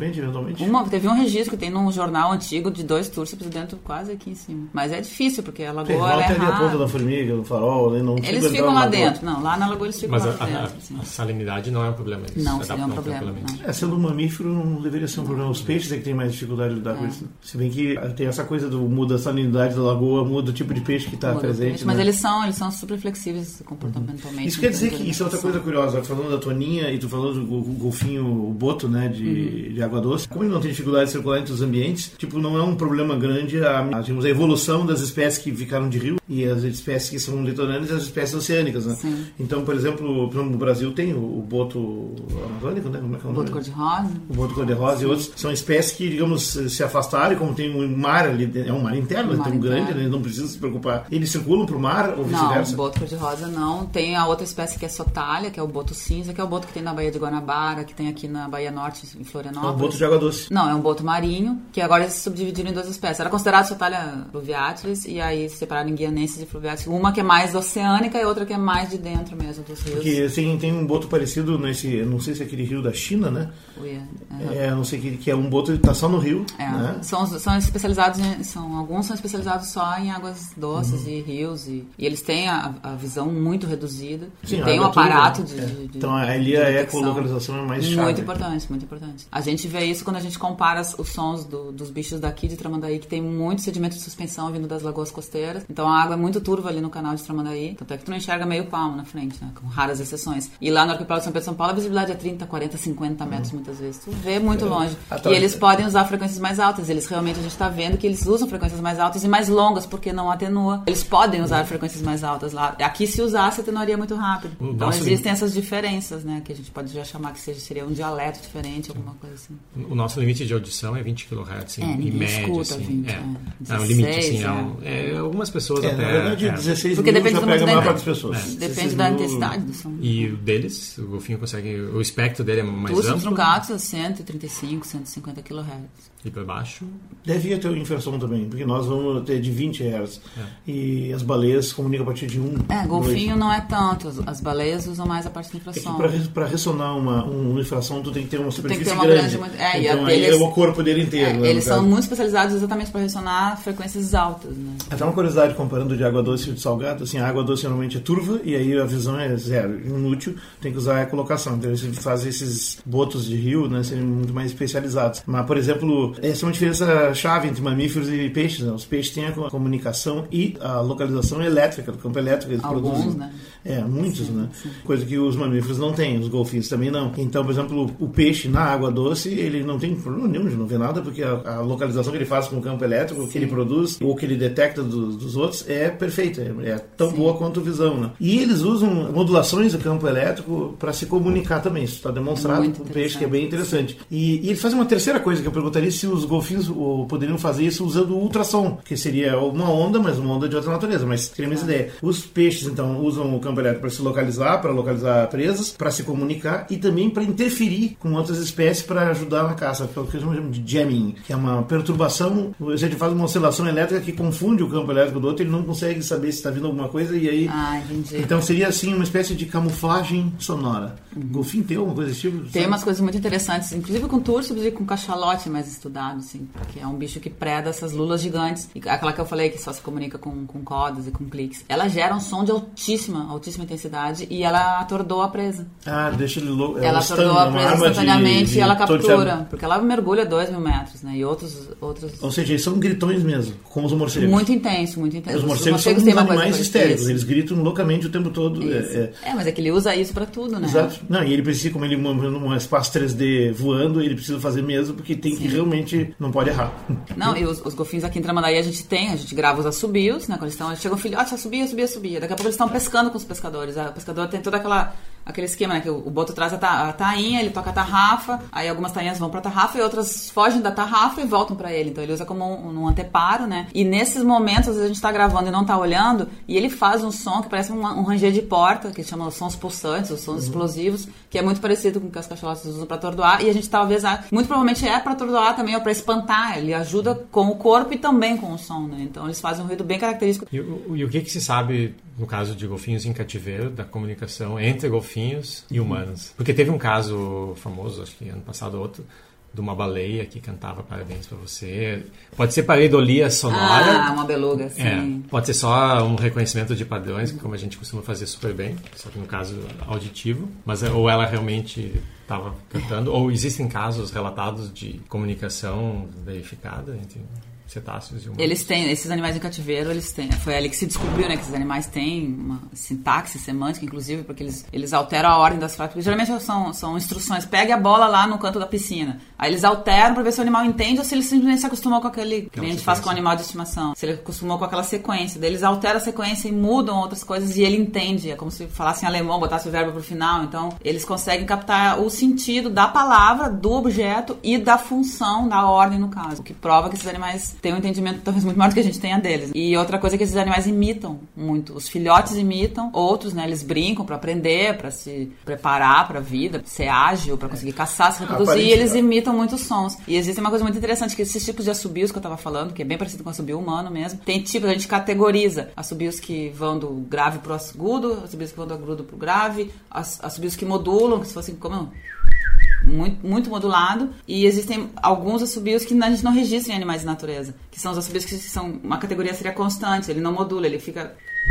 realmente. Teve um registro que tem num jornal antigo de 2 túrcips dentro, quase aqui em cima. Mas é difícil, porque a lagoa é rara. Ali a ponta da formiga, no farol, não eles ficam lá dentro. Não, lá na lagoa eles ficam lá dentro. Mas a salinidade não é um problema. Não, seria um problema. Sendo um mamífero, não deveria ser um problema. Os peixes é que tem mais dificuldade de lidar com isso. Se bem que tem essa coisa muda a salinidade da lagoa, muda o tipo de peixe que está presente. Mas eles são super flexíveis comportamentalmente. Isso quer dizer que isso é outra coisa curiosa. Tu falando da toninha e tu falando do golfinho, o boto, né, de água doce. Como ele não tem dificuldade de circular entre os ambientes, tipo, não é um problema grande a evolução das espécies que ficaram de rio e as espécies que são litorâneas e as espécies oceânicas, né? Sim. Então, por exemplo, no Brasil tem o boto amazônico, né? Como é que é o nome? O boto cor-de-rosa. O boto cor-de-rosa e outros são espécies que, digamos, se afastaram e como tem um mar ali, é um mar interno, é tão grande, né? Eles não precisam se preocupar. Eles circulam pro mar ou vice-versa? Não, o boto cor-de-rosa não. Tem a outra espécie que é sotália, que é o boto cinza, que é o boto que tem na Baía de Guanabara, que tem aqui na Baía Norte, em Florianópolis. É um boto de água doce. Não, é um boto marinho, que agora eles se subdividiram em 2 espécies. Era considerado sotália fluviatilis, e aí se separaram em guianenses e fluviatilis. Uma que é mais oceânica e outra que é mais de dentro mesmo dos rios. Porque tem um boto parecido nesse, não sei se é aquele rio da China, né? Não sei que é um boto que está só no rio. Né? São especializados alguns são especializados só em águas doces e rios, e eles têm a visão muito reduzida. Sim, tem um aparato então ali a ecolocalização é mais chata. Muito importante, muito importante. A gente vê isso quando a gente compara os sons dos bichos daqui de Tramandaí, que tem muito sedimento de suspensão vindo das lagoas costeiras. Então a água é muito turva ali no canal de Tramandaí. Tanto é que tu não enxerga meio palmo na frente, né? Com raras exceções. E lá no arquipélago de São Pedro e São Paulo a visibilidade é 30, 40, 50 metros muitas vezes. Tu vê muito longe. E eles podem usar frequências mais altas. Eles realmente, a gente está vendo que eles usam frequências mais altas e mais longas, porque não atenua. Eles podem usar frequências mais altas lá. Aqui, se usasse, atenuaria muito rápido. Então existem essas diferenças, né? Que a gente pode já chamar que seria um dialeto diferente, alguma coisa assim. O nosso limite de audição é 20 kHz em média. Escuta, assim, 20, 16, o limite, assim, algumas pessoas até... Na verdade, 16 porque mil depende já pega a maior parte das Depende pessoas. da intensidade do som. E o deles, o golfinho consegue... O espectro dele é mais Túrcips amplo. truncados a 135, 150 kHz. E para baixo? Devia ter infração também, porque nós vamos ter de 20 Hz. E as baleias comunicam a partir de 1. Golfinho não é tanto. As baleias usam mais a parte de infração. Para ressonar uma infração, tu tem que ter uma superfície uma grande. Então aí é o corpo dele inteiro. Né, eles são muito especializados exatamente para ressonar frequências altas. Né? Até uma curiosidade comparando de água doce e de salgado. Assim, a água doce normalmente é turva e aí a visão é zero, inútil. Tem que usar a ecolocação. Então eles fazem esses botos de rio, né, serem muito mais especializados. Mas, por exemplo, essa é uma diferença chave entre mamíferos e peixes. Né? Os peixes têm a comunicação e a localização elétrica, do campo elétrico. Eles produzem. Né? Muitos, né? Coisa que os mamíferos não têm, os golfinhos também não. Então, por exemplo, o peixe na água doce, ele não tem problema nenhum de não ver nada, porque a localização que ele faz com o campo elétrico, o que ele produz, ou que ele detecta dos outros, é perfeita. É tão boa quanto a visão, né? E eles usam modulações do campo elétrico para se comunicar também. Isso está demonstrado com o peixe, que é bem interessante. E eles fazem uma terceira coisa, que eu perguntaria se os golfinhos poderiam fazer isso usando o ultrassom, que seria uma onda, mas uma onda de outra natureza, mas seria a mesma ideia. Os peixes, então, usam o campo elétrico para se localizar, para localizar presas, para se comunicar e também para interferir com outras espécies para ajudar na caça, que é o que eles chamam de jamming, que é uma perturbação. A gente faz uma oscilação elétrica que confunde o campo elétrico do outro, ele não consegue saber se está vindo alguma coisa e aí... entendi. Então seria assim uma espécie de camuflagem sonora. Golfinho tem alguma coisa desse tipo? Tem umas coisas muito interessantes, inclusive com túrcips e com cachalote mais estudado, assim, que é um bicho que preda essas lulas gigantes. E aquela que eu falei que só se comunica com cordas e com cliques. Ela gera um som de altíssima intensidade e ela atordoa a presa. Deixa ele louco. Ela atordoa a presa instantaneamente e ela captura. Porque ela mergulha 2.000 metros, né? E outros... Ou seja, eles são gritões mesmo, como os morcegos. Muito intenso, muito intenso. Os morcegos são uns animais histéricos, eles gritam loucamente o tempo todo. Mas é que ele usa isso pra tudo, né? Exato. Não, e ele precisa, como ele num espaço 3D voando, ele precisa fazer mesmo, porque tem que realmente, não pode errar. Não, e os golfinhos aqui em Tramandaí a gente grava os assobios, né? Quando eles chega o filhote, assobia. Daqui a pouco eles estão pescando com os pescadores. O pescador tem todo aquele esquema, né? Que o boto traz a tainha, ele toca a tarrafa, aí algumas tainhas vão pra tarrafa e outras fogem da tarrafa e voltam pra ele. Então ele usa como um anteparo, né? E nesses momentos, às vezes a gente tá gravando e não tá olhando, e ele faz um som que parece um ranger de porta, que chama os sons pulsantes, os sons explosivos, que é muito parecido com o que as cachalotes usam pra atordoar, e a gente talvez, muito provavelmente é pra atordoar também, ou pra espantar. Ele ajuda com o corpo e também com o som, né? Então eles fazem um ruído bem característico. E o que se sabe, no caso de golfinhos em cativeiro, da comunicação entre golfinhos e humanos? Porque teve um caso famoso, acho que ano passado ou outro, de uma baleia que cantava parabéns para você. Pode ser pareidolia sonora. Uma beluga, sim. Pode ser só um reconhecimento de padrões, como a gente costuma fazer super bem, só que no caso auditivo. Mas ou ela realmente estava cantando, ou existem casos relatados de comunicação verificada entre cetáceos e humanos. Eles têm, esses animais em cativeiro, eles têm. Foi ali que se descobriu, né, que esses animais têm uma sintaxe semântica, inclusive, porque eles alteram a ordem das frases. Porque geralmente são instruções. Pegue a bola lá no canto da piscina. Aí eles alteram para ver se o animal entende ou se ele simplesmente se acostumou com aquele que a gente faz com o animal de estimação. Se ele acostumou com aquela sequência. Daí eles alteram a sequência e mudam outras coisas e ele entende. É como se falasse em alemão, botasse o verbo pro final. Então, eles conseguem captar o sentido da palavra, do objeto e da função, da ordem, no caso. O que prova que esses animais têm um entendimento talvez muito maior do que a gente tenha deles. E outra coisa é que esses animais imitam muito. Os filhotes imitam, outros, né, eles brincam para aprender, para se preparar para a vida, ser ágil, para conseguir caçar, se reproduzir, e eles imitam muitos sons. E existe uma coisa muito interessante, que esses tipos de assobios que eu estava falando, que é bem parecido com o assobio humano mesmo, tem tipos, a gente categoriza assobios que vão do grave pro agudo, assobios que vão do agudo pro grave, assobios que modulam, que se fosse como muito modulado, e existem alguns assobios que a gente não registra em animais de natureza, que são os assobios que são, uma categoria seria constante, ele não modula, ele fica...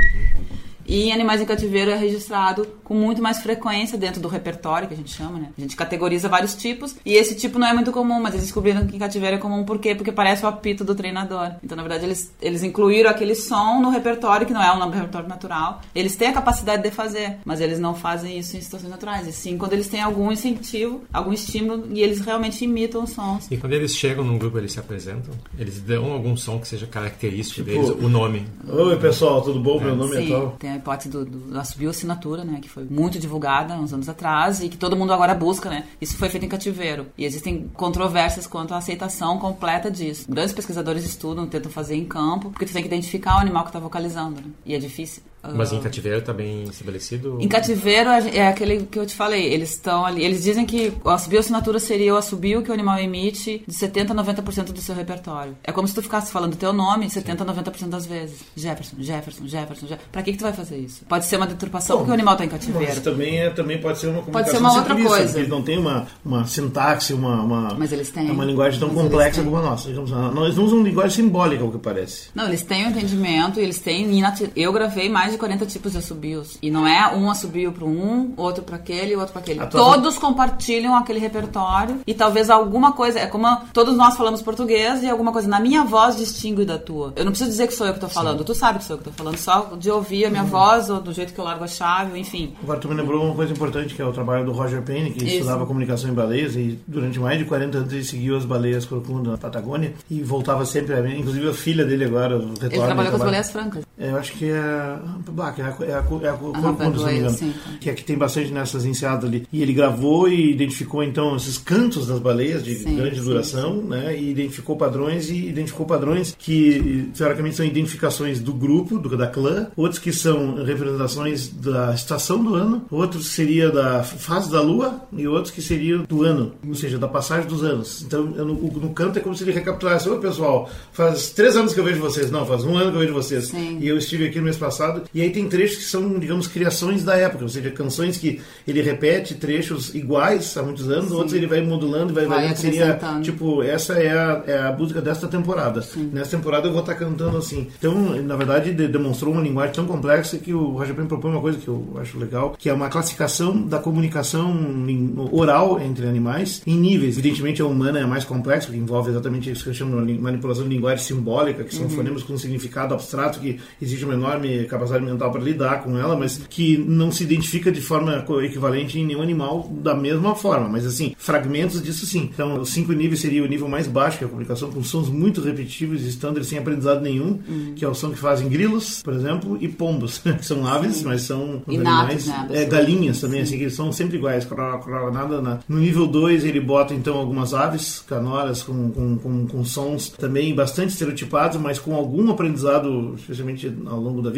E em animais em cativeiro é registrado com muito mais frequência dentro do repertório, que a gente chama, né? A gente categoriza vários tipos, e esse tipo não é muito comum, mas eles descobriram que em cativeiro é comum. Por quê? Porque parece o apito do treinador. Então, na verdade, eles incluíram aquele som no repertório, que não é um repertório natural. Eles têm a capacidade de fazer, mas eles não fazem isso em situações naturais. E sim, quando eles têm algum incentivo, algum estímulo, e eles realmente imitam os sons. E quando eles chegam num grupo, eles se apresentam? Eles dão algum som que seja característico deles, o nome? Oi, pessoal, tudo bom? Meu nome é tal. Tem a hipótese da assobio-assinatura, né, que foi muito divulgada uns anos atrás e que todo mundo agora busca, né? Isso foi feito em cativeiro. E existem controvérsias quanto à aceitação completa disso. Grandes pesquisadores estudam, tentam fazer em campo, porque tu tem que identificar o animal que está vocalizando, né? E é difícil. Mas em cativeiro está bem estabelecido? Em cativeiro é aquele que eu te falei. Eles estão ali. Eles dizem que a assobio-assinatura seria o assobio que o animal emite de 70% a 90% do seu repertório. É como se tu ficasse falando o teu nome 70% a 90% das vezes. Jefferson, Jefferson, Jefferson, Jefferson. Pra que tu vai fazer isso? Pode ser uma deturpação porque o animal está em cativeiro. Mas também pode ser uma comunicação pode ser uma outra coisa. Porque eles não têm uma sintaxe, mas eles têm. Uma linguagem tão complexa como a nossa. Nós não usamos uma linguagem simbólica, ao que parece. Não, eles têm o entendimento, eles têm... Eu gravei mais de 40 tipos de assobios. E não é um assobio para outro para aquele e outro para aquele. Todos compartilham aquele repertório e talvez alguma coisa... É como todos nós falamos português e alguma coisa na minha voz distingue da tua. Eu não preciso dizer que sou eu que estou falando. Sim. Tu sabe que sou eu que estou falando. Só de ouvir a minha voz ou do jeito que eu largo a chave, enfim. Agora tu me lembrou uma coisa importante, que é o trabalho do Roger Payne, que estudava comunicação em baleias e durante mais de 40 anos ele seguiu as baleias corcunda na Patagônia e voltava sempre a mim. Inclusive a filha dele agora retorna. Ele trabalhou com as baleias francas. Eu acho que é a corcunda, se não me engano. Que é que tem bastante nessas enseadas ali. E ele gravou e identificou então esses cantos das baleias de grande duração, né? E identificou padrões que teoricamente são identificações do grupo, da clã, outros que são representações da estação do ano, outros seria da fase da lua e outros que seriam do ano, ou seja, da passagem dos anos. Então no canto é como se ele recapitulasse: ô pessoal, faz 3 anos que eu vejo vocês, não, faz 1 ano que eu vejo vocês. Sim. E eu estive aqui no mês passado, e aí tem trechos que são, digamos, criações da época, ou seja, canções que ele repete trechos iguais há muitos anos, outros ele vai modulando e vai variando. Seria, tipo, essa é a música desta temporada. Sim. Nessa temporada eu vou estar cantando assim. Então, na verdade, demonstrou uma linguagem tão complexa que o Roger Payne propõe uma coisa que eu acho legal, que é uma classificação da comunicação oral entre animais em níveis. Evidentemente, a humana é mais complexa, que envolve exatamente isso que eu chamo de manipulação de linguagem simbólica, que são fonemas com um significado abstrato, que existe uma enorme capacidade mental para lidar com ela, mas que não se identifica de forma equivalente em nenhum animal da mesma forma, mas assim, fragmentos disso sim. Então, os 5 níveis seria o nível mais baixo, que é a comunicação com sons muito repetitivos e standard, sem aprendizado nenhum, que é o som que fazem grilos, por exemplo, e pombos, que são aves, mas são animais, né? Galinhas também, assim, que são sempre iguais, nada. No nível 2 ele bota então algumas aves canoras com sons também bastante estereotipados, mas com algum aprendizado, especialmente ao longo da vida,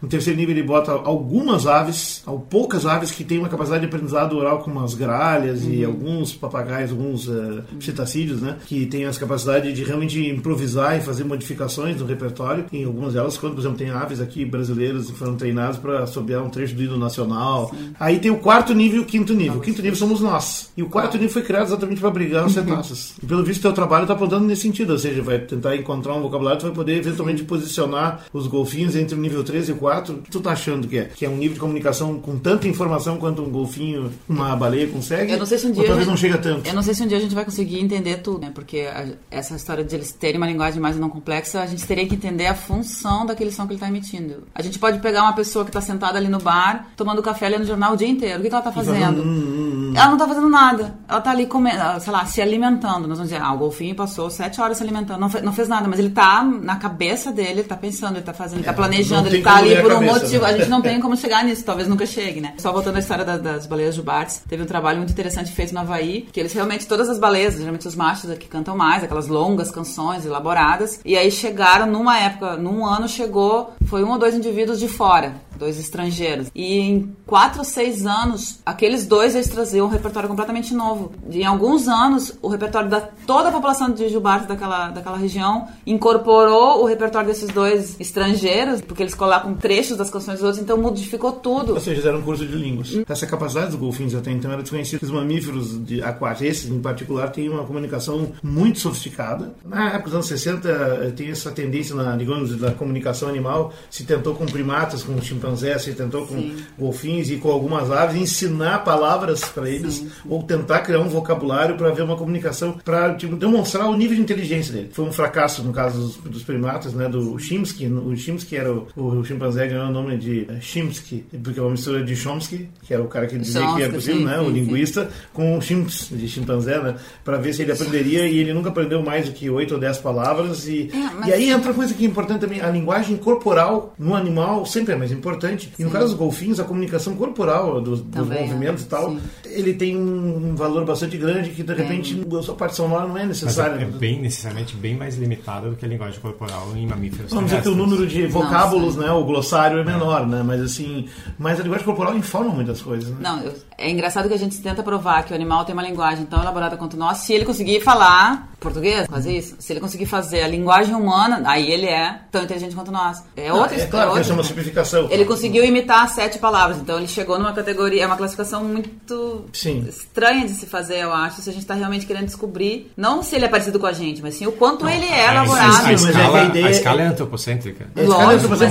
No terceiro nível ele bota algumas aves, poucas aves que têm uma capacidade de aprendizado oral, como as gralhas e alguns papagaios, alguns cetacídeos, né, que têm essa capacidade de realmente improvisar e fazer modificações no repertório. Em algumas delas, quando, por exemplo, tem aves aqui brasileiras que foram treinadas para assobiar um trecho do hino nacional. Sim. Aí tem o quarto nível e o quinto nível. O quinto nível somos nós. E o quarto nível foi criado exatamente para brigar os cetáceos. E pelo visto, o teu trabalho está apontando nesse sentido, ou seja, vai tentar encontrar um vocabulário que vai poder eventualmente posicionar os golfinhos entre o nível 3 e o 4. O que tu tá achando que é? Que é um nível de comunicação com tanta informação quanto um golfinho, uma baleia consegue? Eu não sei se um dia talvez não chega tanto. Eu não sei se um dia a gente vai conseguir entender tudo, né? Porque essa história de eles terem uma linguagem mais não complexa, a gente teria que entender a função daquele som que ele está emitindo. A gente pode pegar uma pessoa que está sentada ali no bar, tomando café, lendo jornal o dia inteiro. O que ela está fazendo? Ela não está fazendo nada. Ela está ali comendo, sei lá, se alimentando. Nós vamos dizer, o golfinho passou 7 horas se alimentando. Não fez nada, mas ele está na cabeça dele, ele está pensando, ele está fazendo, ele está planejando, ele está ali por um motivo. Né? A gente não tem como chegar nisso, talvez nunca chegue, né? Só voltando à história das baleias jubartes, teve um trabalho muito interessante feito no Havaí, que eles realmente, todas as baleias, geralmente os machos aqui cantam mais, aquelas longas canções elaboradas, e aí chegaram numa época, num ano foi 1 ou 2 indivíduos de fora, 2 estrangeiros, e em 4 ou 6 anos, aqueles 2 eles traziam um repertório completamente novo. E em alguns anos, o repertório da toda a população de jubartes daquela região incorporou o repertório desses 2 estrangeiros, porque eles colocam trechos das canções dos outros, então modificou tudo. Ou seja, fizeram um curso de línguas. Essa capacidade dos golfinhos até então era desconhecida. Os mamíferos aquáticos, esses em particular, têm uma comunicação muito sofisticada. Na época dos anos 60, tem essa tendência, digamos, da comunicação animal. Se tentou com primatas, com chimpanzés, se tentou com golfinhos e com algumas aves, ensinar palavras para eles, ou tentar criar um vocabulário para ver uma comunicação, para demonstrar o nível de inteligência dele. Foi um fracasso, no caso dos primatas, né, do Chimsky. O Chimsky era o chimpanzé, ganhou o nome de Chimsky, porque é uma mistura de Chomsky, que era o cara que dizia que era possível, né, o linguista, com o Chimps, de chimpanzé, né, para ver se ele aprenderia, e ele nunca aprendeu mais do que 8 ou 10 palavras, e aí entra uma coisa que é importante também, a linguagem corporal no animal sempre é mais importante, e no caso dos golfinhos, a comunicação corporal dos movimentos e tal, ele tem um valor bastante grande, que de repente a sua parte sonora não é necessária. Mas é necessariamente bem mais limitada do que a linguagem corporal em mamíferos. Vamos dizer que o número de vocábulos, né, o glossário é menor, né, mas a linguagem corporal informa muitas coisas, né? Não, é engraçado que a gente tenta provar que o animal tem uma linguagem tão elaborada quanto nós, se ele conseguir falar português, quase isso, se ele conseguir fazer a linguagem humana, aí ele é tão inteligente quanto nós. É claro que essa é uma simplificação. Ele conseguiu imitar 7 palavras, então ele chegou numa categoria, é uma classificação muito estranha de se fazer, eu acho, se a gente está realmente querendo descobrir, não se ele é parecido com a gente, mas sim o quanto ele é elaborado. A escala é antropocêntrica. Lógico, mas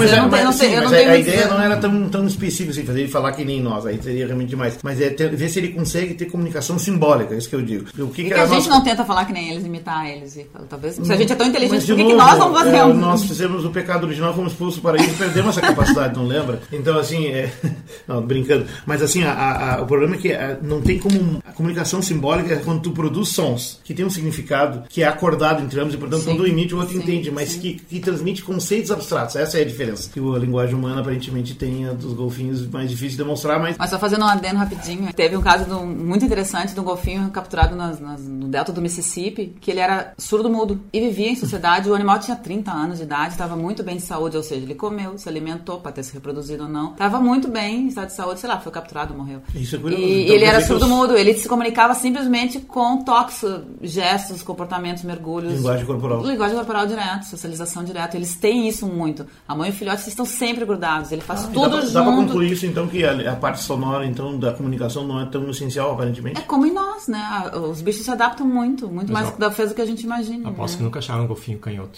a ideia não era tão específica assim, fazer ele falar que nem nós, aí seria realmente demais. Mas é ver se ele consegue ter comunicação simbólica, é isso que eu digo. O que a gente não tenta falar que nem eles, imitar eles? Talvez, se a gente é tão inteligente, por que nós não fazemos? Nós fizemos o pecado original, fomos expulsos para isso e perdemos essa capacidade, não lembra? Então, assim, não, brincando. Mas, assim, o problema é que não tem como... A comunicação simbólica é quando tu produz sons que tem um significado, que é acordado entre ambos, e, portanto, quando um emite, o outro entende, mas que transmite conceitos abstratos. Essa é a diferença. Que a linguagem humana, aparentemente, tem a dos golfinhos mais difícil de demonstrar, mas só fazendo um adendo rapidinho, teve um caso muito interessante de um golfinho capturado no delta do Mississippi, que ele era surdo-mudo e vivia em sociedade. O animal tinha 30 anos de idade, estava muito bem de saúde, ou seja, ele comeu, se alimentou para ter se reproduzido ou não, estava muito bem em estado de saúde, sei lá, foi capturado, morreu. Isso é curioso. E então, ele era surdo-mudo, ele se comunicava simplesmente com toques, gestos, comportamentos, mergulhos. Linguagem corporal. Linguagem corporal direto, socialização direta. Eles têm isso muito. A mãe e o filhote estão sempre grudados, ele faz tudo junto. Dá para concluir isso, então, que a parte sonora, então, da comunicação não é tão essencial, aparentemente? É como em nós, né? Os bichos se adaptam muito mais do que a gente imagina. Aposto que nunca acharam um golfinho canhoto.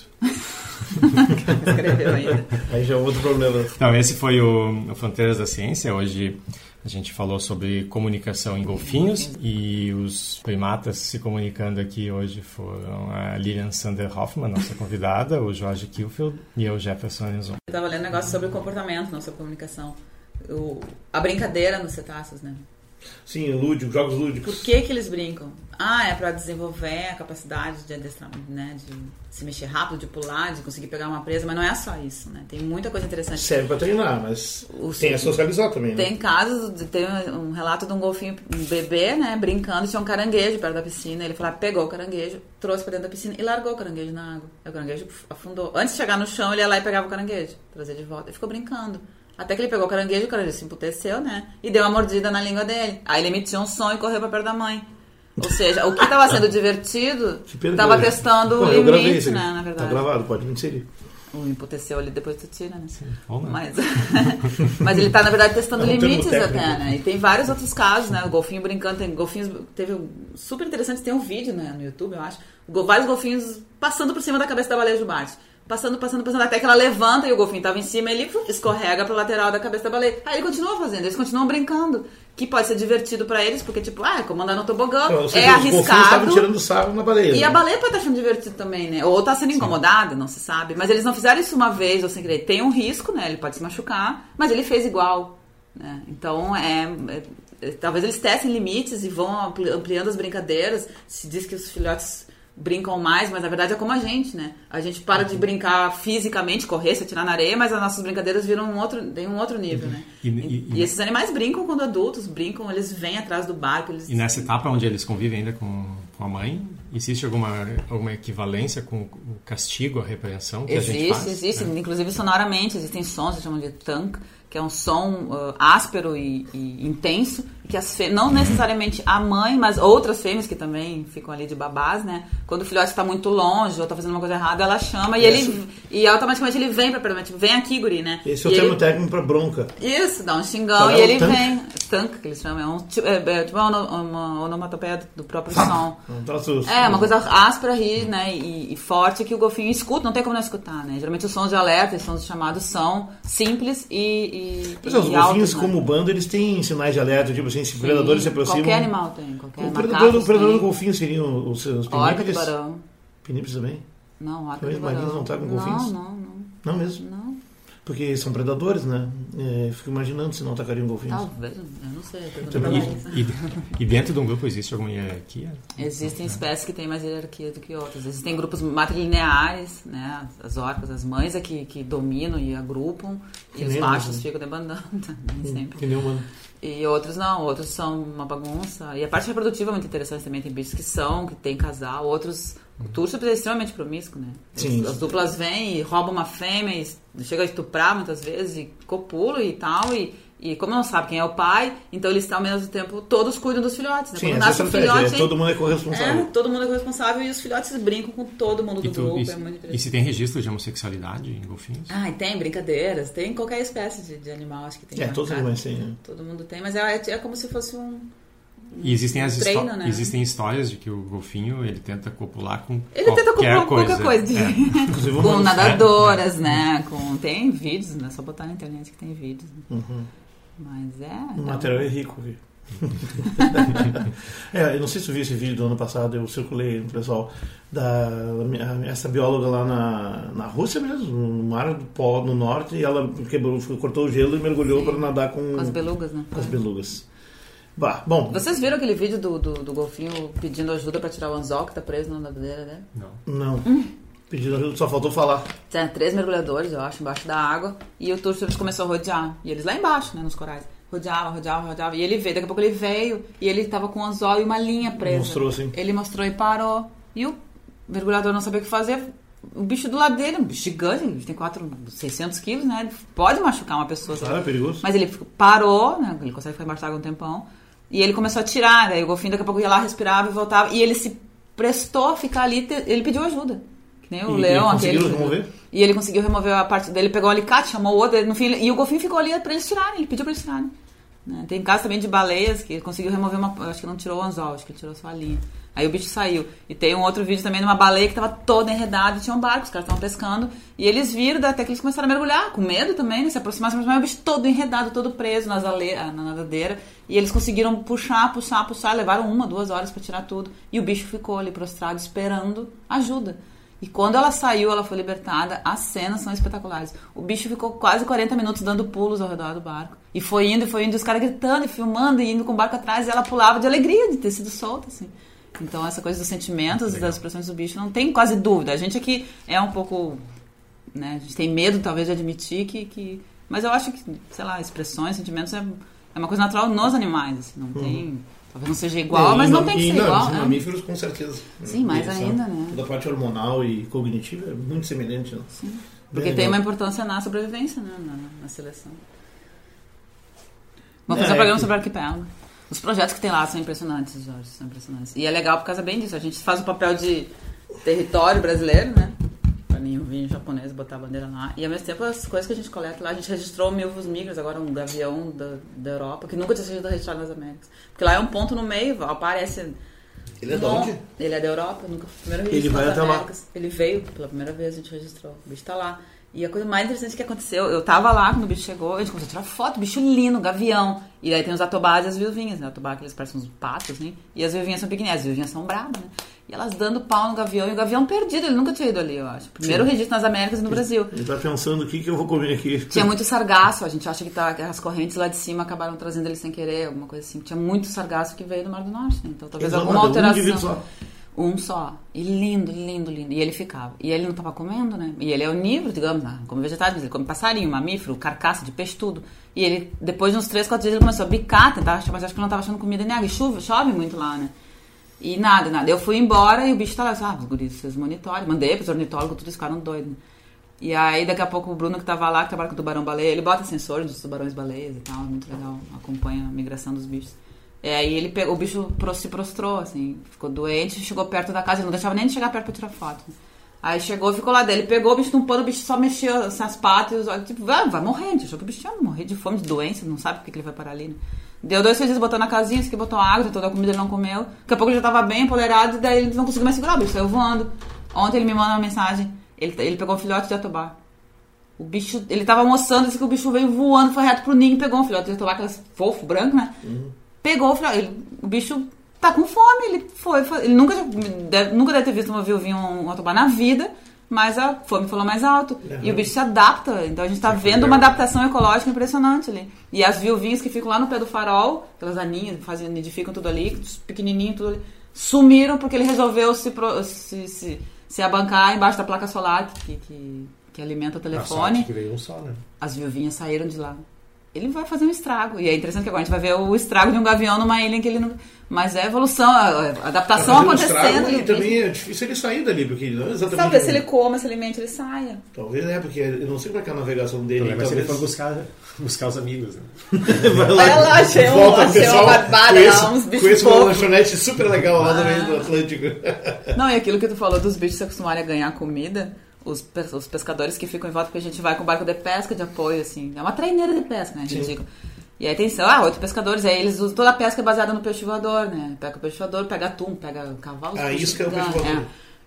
Escreveu ainda. Aí já é outro problema. Então, esse foi o Fronteiras da Ciência. Hoje a gente falou sobre comunicação em golfinhos, e os primatas se comunicando aqui hoje foram a Lilian Sander Hoffman, nossa convidada, o Jorge Kielfeld e eu, Jefferson Enzon. Eu estava lendo um negócio sobre o comportamento, não sobre comunicação. A brincadeira nos cetáceos, né? Sim, jogos lúdicos. Por que eles brincam? É para desenvolver a capacidade de adestramento, né? De se mexer rápido, de pular, de conseguir pegar uma presa, mas não é só isso, né? Tem muita coisa interessante. Serve para treinar, mas tem a socializar também, né? Tem casos, tem um relato de um golfinho, um bebê, né? Brincando, tinha um caranguejo perto da piscina, ele falou, pegou o caranguejo, trouxe para dentro da piscina e largou o caranguejo na água. Aí o caranguejo afundou. Antes de chegar no chão, ele ia lá e pegava o caranguejo, trazer de volta. Ele ficou brincando. Até que ele pegou o caranguejo se emputeceu, né? E deu uma mordida na língua dele. Aí ele emitiu um som e correu pra perto da mãe. Ou seja, o que estava sendo divertido estava testando o limite, né? Na verdade. Tá gravado, pode me inserir. O emputeceu ali, depois tu tira, né? Sim, mas ele tá, na verdade, testando limites até, né? E tem vários outros casos, né? O golfinho brincando, tem golfinhos... Teve super interessante, tem um vídeo, né, no YouTube, eu acho. Vários golfinhos passando por cima da cabeça da baleia jubarte. Passando, até que ela levanta e o golfinho tava em cima, ele escorrega pro lateral da cabeça da baleia. Aí ele continua fazendo, eles continuam brincando. Que pode ser divertido pra eles, porque tipo, é como andar no tobogã, é arriscado. Os golfinhos estavam tirando sarro na baleia. E a baleia pode estar achando divertido também, né? Ou tá sendo incomodada, não se sabe. Mas eles não fizeram isso uma vez ou sem querer. Tem um risco, né? Ele pode se machucar, mas ele fez igual, né? Então, talvez eles testem limites e vão ampliando as brincadeiras. Se diz que os filhotes brincam mais, mas na verdade é como a gente, né? A gente para de brincar fisicamente, correr, se atirar na areia, mas as nossas brincadeiras viram um outro nível, né? E esses animais brincam quando adultos, eles vêm atrás do barco. E nessa etapa onde eles convivem ainda com a mãe, existe alguma equivalência com o castigo, a repreensão que a gente faz? Existe, inclusive sonoramente, existem sons, se chamam de tank, que é um som áspero e intenso, que não necessariamente a mãe, mas outras fêmeas que também ficam ali de babás, né? Quando o filhote está muito longe ou está fazendo uma coisa errada, ela chama e automaticamente ele vem pra perguntar, tipo, vem aqui, guri, né? Esse é o termo técnico pra bronca. Isso, dá um xingão e ele vem. Tank, que eles chamam, é tipo uma onomatopeia do próprio som. Uma coisa áspera, né? E forte que o golfinho escuta, não tem como não escutar, né? Geralmente os sons de alerta, os sons de chamado são simples os golfinhos, como bando, eles têm sinais de alerta, tipo assim, se predadores se aproximam. Qualquer animal tem, o predador do golfinho seriam os pinípedes? Orca, tubarão. Pinípedes também? Não, orca, tubarão. Marinhos não tá com golfinhos? Não mesmo? Não. Porque são predadores, né? Fico imaginando se não atacariam golfinhos. Talvez, eu não sei. E dentro de um grupo existe alguma hierarquia? Existem espécies que têm mais hierarquia do que outras. Existem grupos matrilineares, né? As orcas, as mães é que dominam e agrupam. E os machos ficam debandando. Nem sempre. Que nem humano. E outros não, outros são uma bagunça. E a parte reprodutiva é muito interessante também. Tem bichos que tem casal, outros... O túrcido é extremamente promíscuo, né? Sim. As duplas vêm e roubam uma fêmea e chega a estuprar muitas vezes e copulam e tal. E como não sabe quem é o pai, então eles ao mesmo tempo todos cuidam dos filhotes, né? Sim, essa estratégia, todo mundo é corresponsável. Todo mundo é corresponsável e os filhotes brincam com todo mundo do grupo. É muito interessante. E se tem registro de homossexualidade em golfinhos? Tem brincadeiras, tem qualquer espécie de animal, acho que tem. Todos os animais têm, né? Todo mundo tem, mas é como se fosse E existem né? Existem histórias de que o golfinho ele tenta copular com qualquer coisa. Com nadadoras, né? Tem vídeos, não é só botar na internet que tem vídeos. Né? Mas o material é rico, viu? Eu não sei se tu viu esse vídeo do ano passado, eu circulei no pessoal essa bióloga lá na Rússia mesmo, no mar do Polo no norte, e ela cortou o gelo e mergulhou para nadar com as belugas, né? Com as belugas. Bom. Vocês viram aquele vídeo do golfinho pedindo ajuda para tirar o anzol que tá preso na nadadeira dele? Não. Pedindo ajuda, só faltou falar. Tinha 3 mergulhadores, eu acho, embaixo da água, e o túrcido começou a rodear. E eles lá embaixo, né, nos corais. Rodeava. E ele veio, daqui a pouco ele veio, e ele tava com o anzol e uma linha presa. Mostrou assim. Ele mostrou e parou. E o mergulhador não sabia o que fazer. O bicho do lado dele, um bicho gigante, ele tem 600 quilos, né? Ele pode machucar uma pessoa. É perigoso. Mas ele parou, né? Ele consegue ficar embaixo da água um tempão. E ele começou a tirar, daí o golfinho daqui a pouco ia lá, respirava e voltava. E ele se prestou a ficar ali, ele pediu ajuda. Que nem o leão. Ele conseguiu remover? E ele conseguiu remover a parte dele, pegou um alicate, chamou o outro, no fim, e o golfinho ficou ali pra eles tirarem, ele pediu pra eles tirarem. Né? Tem casos também de baleias que ele conseguiu remover acho que não tirou o anzol, acho que ele tirou só a linha. Aí o bicho saiu. E tem um outro vídeo também de uma baleia que tava toda enredada e tinha um barco, os caras estavam pescando. E eles viram até que eles começaram a mergulhar, com medo também, né? Se aproximaram, o bicho todo enredado, todo preso na nadadeira. E eles conseguiram puxar, levaram 1-2 horas pra tirar tudo. E o bicho ficou ali prostrado, esperando ajuda. E quando ela saiu, ela foi libertada, as cenas são espetaculares. O bicho ficou quase 40 minutos dando pulos ao redor do barco. E foi indo, os caras gritando e filmando e indo com o barco atrás. E ela pulava de alegria de ter sido solta, assim. Então, essa coisa dos sentimentos e das expressões do bicho não tem quase dúvida. A gente aqui é um pouco... Né, a gente tem medo, talvez, de admitir que... Mas eu acho que, sei lá, expressões, sentimentos é uma coisa natural nos animais. Assim, não tem... Talvez não seja igual, mas não tem que ser igual. Os mamíferos, com certeza. Sim, mais ainda, né? Toda a parte hormonal e cognitiva é muito semelhante. Né? Sim. Porque tem uma importância na sobrevivência, né? Na seleção. Vamos fazer um programa sobre arquipélago. Os projetos que tem lá são impressionantes, Jorge, são impressionantes. E é legal por causa bem disso. A gente faz o papel de território brasileiro, né? Pra mim, um vinho japonês, botar a bandeira lá. E ao mesmo tempo, as coisas que a gente coleta lá, a gente registrou Milvus Migras, agora um gavião da Europa, que nunca tinha sido registrado nas Américas. Porque lá é um ponto no meio, aparece... Ele é de onde? Ele é da Europa, nunca foi o primeiro registro nas Américas. Ele veio, pela primeira vez a gente registrou. O bicho tá lá. E a coisa mais interessante que aconteceu, eu tava lá quando o bicho chegou, a gente começou a tirar foto, bicho lindo, gavião. E daí tem os atobás e as viuvinhas, né? Atobá, que eles parecem uns patos, né? E as viuvinhas são pequenininhas, as viuvinhas são bravas, né? E elas dando pau no gavião, e o gavião perdido, ele nunca tinha ido ali, eu acho. Primeiro registro nas Américas e no Brasil. Ele tá pensando o que eu vou comer aqui. Tinha muito sargaço, a gente acha que as correntes lá de cima acabaram trazendo ele sem querer, alguma coisa assim. Tinha muito sargaço que veio do Mar do Norte, né? Então talvez alguma alteração. Um só. E lindo, lindo, lindo. E ele ficava. E ele não tava comendo, né? E ele é onívoro, digamos, né? Come vegetais, mas ele come passarinho, mamífero, carcaça de peixe, tudo. E ele, depois de uns 3, 4 dias, ele começou a bicar, mas acho que não tava achando comida nem água. E chove muito lá, né? E nada. Eu fui embora e o bicho tá lá. Os guris, vocês monitorem. Mandei pros ornitólogos, todos ficaram doidos, né? E aí, daqui a pouco, o Bruno, que tava lá, que trabalha com tubarão-baleia, ele bota sensor dos tubarões-baleias e tal. Muito legal. Acompanha a migração dos bichos. Aí ele pegou, o bicho se prostrou, assim, ficou doente, chegou perto da casa, ele não deixava nem de chegar perto pra tirar foto. Aí chegou, ficou lá dele, pegou o bicho num pano, o bicho só mexeu assim, as patas e os olhos, tipo, vai morrer, a gente achou que o bicho ia morrer de fome, de doença, não sabe por que ele vai parar ali, né? Deu 2, 3 dias, botou na casinha, esse que botou água, toda a comida ele não comeu, daqui a pouco ele já tava bem empolerado, e daí ele não conseguiu mais segurar, o bicho saiu voando. Ontem ele me manda uma mensagem, ele pegou um filhote de jatobá. O bicho, ele tava almoçando, disse que o bicho veio voando, foi reto pro ninho e pegou um filhote de jatobá, aqueles fofo, branco, né? Pegou o filhote, o bicho tá com fome, ele nunca deve ter visto uma viuvinha, um jatobá na vida, mas a fome falou mais alto. E o bicho se adapta, então a gente tá vendo uma adaptação ecológica impressionante ali. E as viuvinhas que ficam lá no pé do farol, aquelas aninhas, nidificam tudo ali, pequenininho, tudo ali, sumiram porque ele resolveu se abancar embaixo da placa solar que alimenta o telefone. Que veio um só, né? As viuvinhas saíram de lá. Ele vai fazer um estrago. E é interessante que agora a gente vai ver o estrago de um gavião numa ilha em que ele não... Mas é evolução, a adaptação acontecendo. E também é difícil ele sair dali, porque não é exatamente... Talvez se ele coma, se alimente, ele saia. Talvez porque eu não sei como é que é a navegação dele. Mas talvez... se ele for buscar os amigos, né? Vai lá, achei uma barbada lá, uns bichos conheço uma lanchonete super legal lá no meio do Atlântico. Não, e aquilo que tu falou dos bichos se acostumarem a ganhar comida... Os pescadores que ficam em volta, porque a gente vai com barco de pesca de apoio, assim. É uma treineira de pesca, né? A gente diz. E aí tem 8 pescadores, aí eles usam toda a pesca baseada no peixe voador, né? Pega o peixe voador, pega atum, pega cavalo. Isso que é o peixe voador.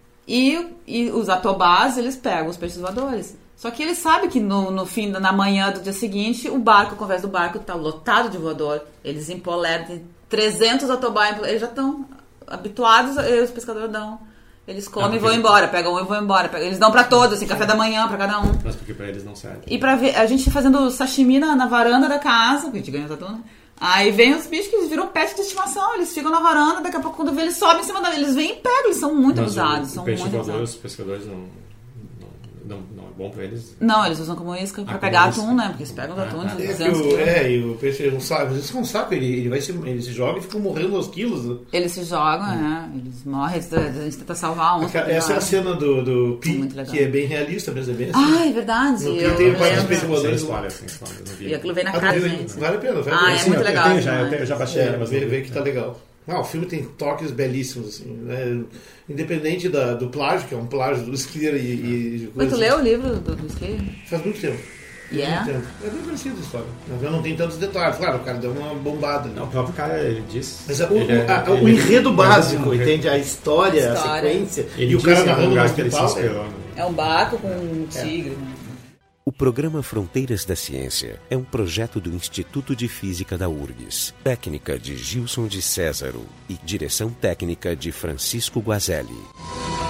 E os atobás, eles pegam os peixes voadores. Só que eles sabem que na manhã do dia seguinte, o barco, ao invés do barco, tá lotado de voador. Eles empoleram, tem 300 atobás, eles já estão habituados, os pescadores dão. Eles comem e vão embora, pegam um e vão embora. Eles dão pra todos, assim, café da manhã pra cada um. Mas porque pra eles não serve. E pra ver, a gente fazendo sashimi na varanda da casa, porque a gente ganha tatu, né? Aí vem os bichos que viram pet de estimação, eles ficam na varanda, daqui a pouco quando vê eles sobem em cima da... Eles vêm e pegam, eles são muito abusados. O peixe voador, os pescadores não é bom pra eles? Não, eles usam como isca pra pegar atum, né? Porque eles pegam os atuns de 200 quilos. E o peixe não sabe, eles não sabem, ele se joga e fica morrendo aos quilos. Eles se jogam, eles morrem, a gente tenta salvar uns. Essa é a cena do Pi, que é bem realista mesmo, é bem assim. É verdade. No Pi tem vários peixes voadores. E aquilo vem na cara, gente. Vale a pena, é muito legal. Eu já baixei ela, mas vê que tá legal. O filme tem toques belíssimos, assim, né? Independente do plágio, que é um plágio do Skler e mas tu leu o livro do Skler? Faz muito tempo. É bem parecido a história. Mas não tem tantos detalhes. Claro, o cara deu uma bombada. Não, o próprio cara, ele disse... Mas o enredo básico, entende? A história, a sequência. Ele e o cara narrando no hospital. É um barco com um tigre, né? O programa Fronteiras da Ciência é um projeto do Instituto de Física da URGS, técnica de Gilson de Césaro e direção técnica de Francisco Guazelli.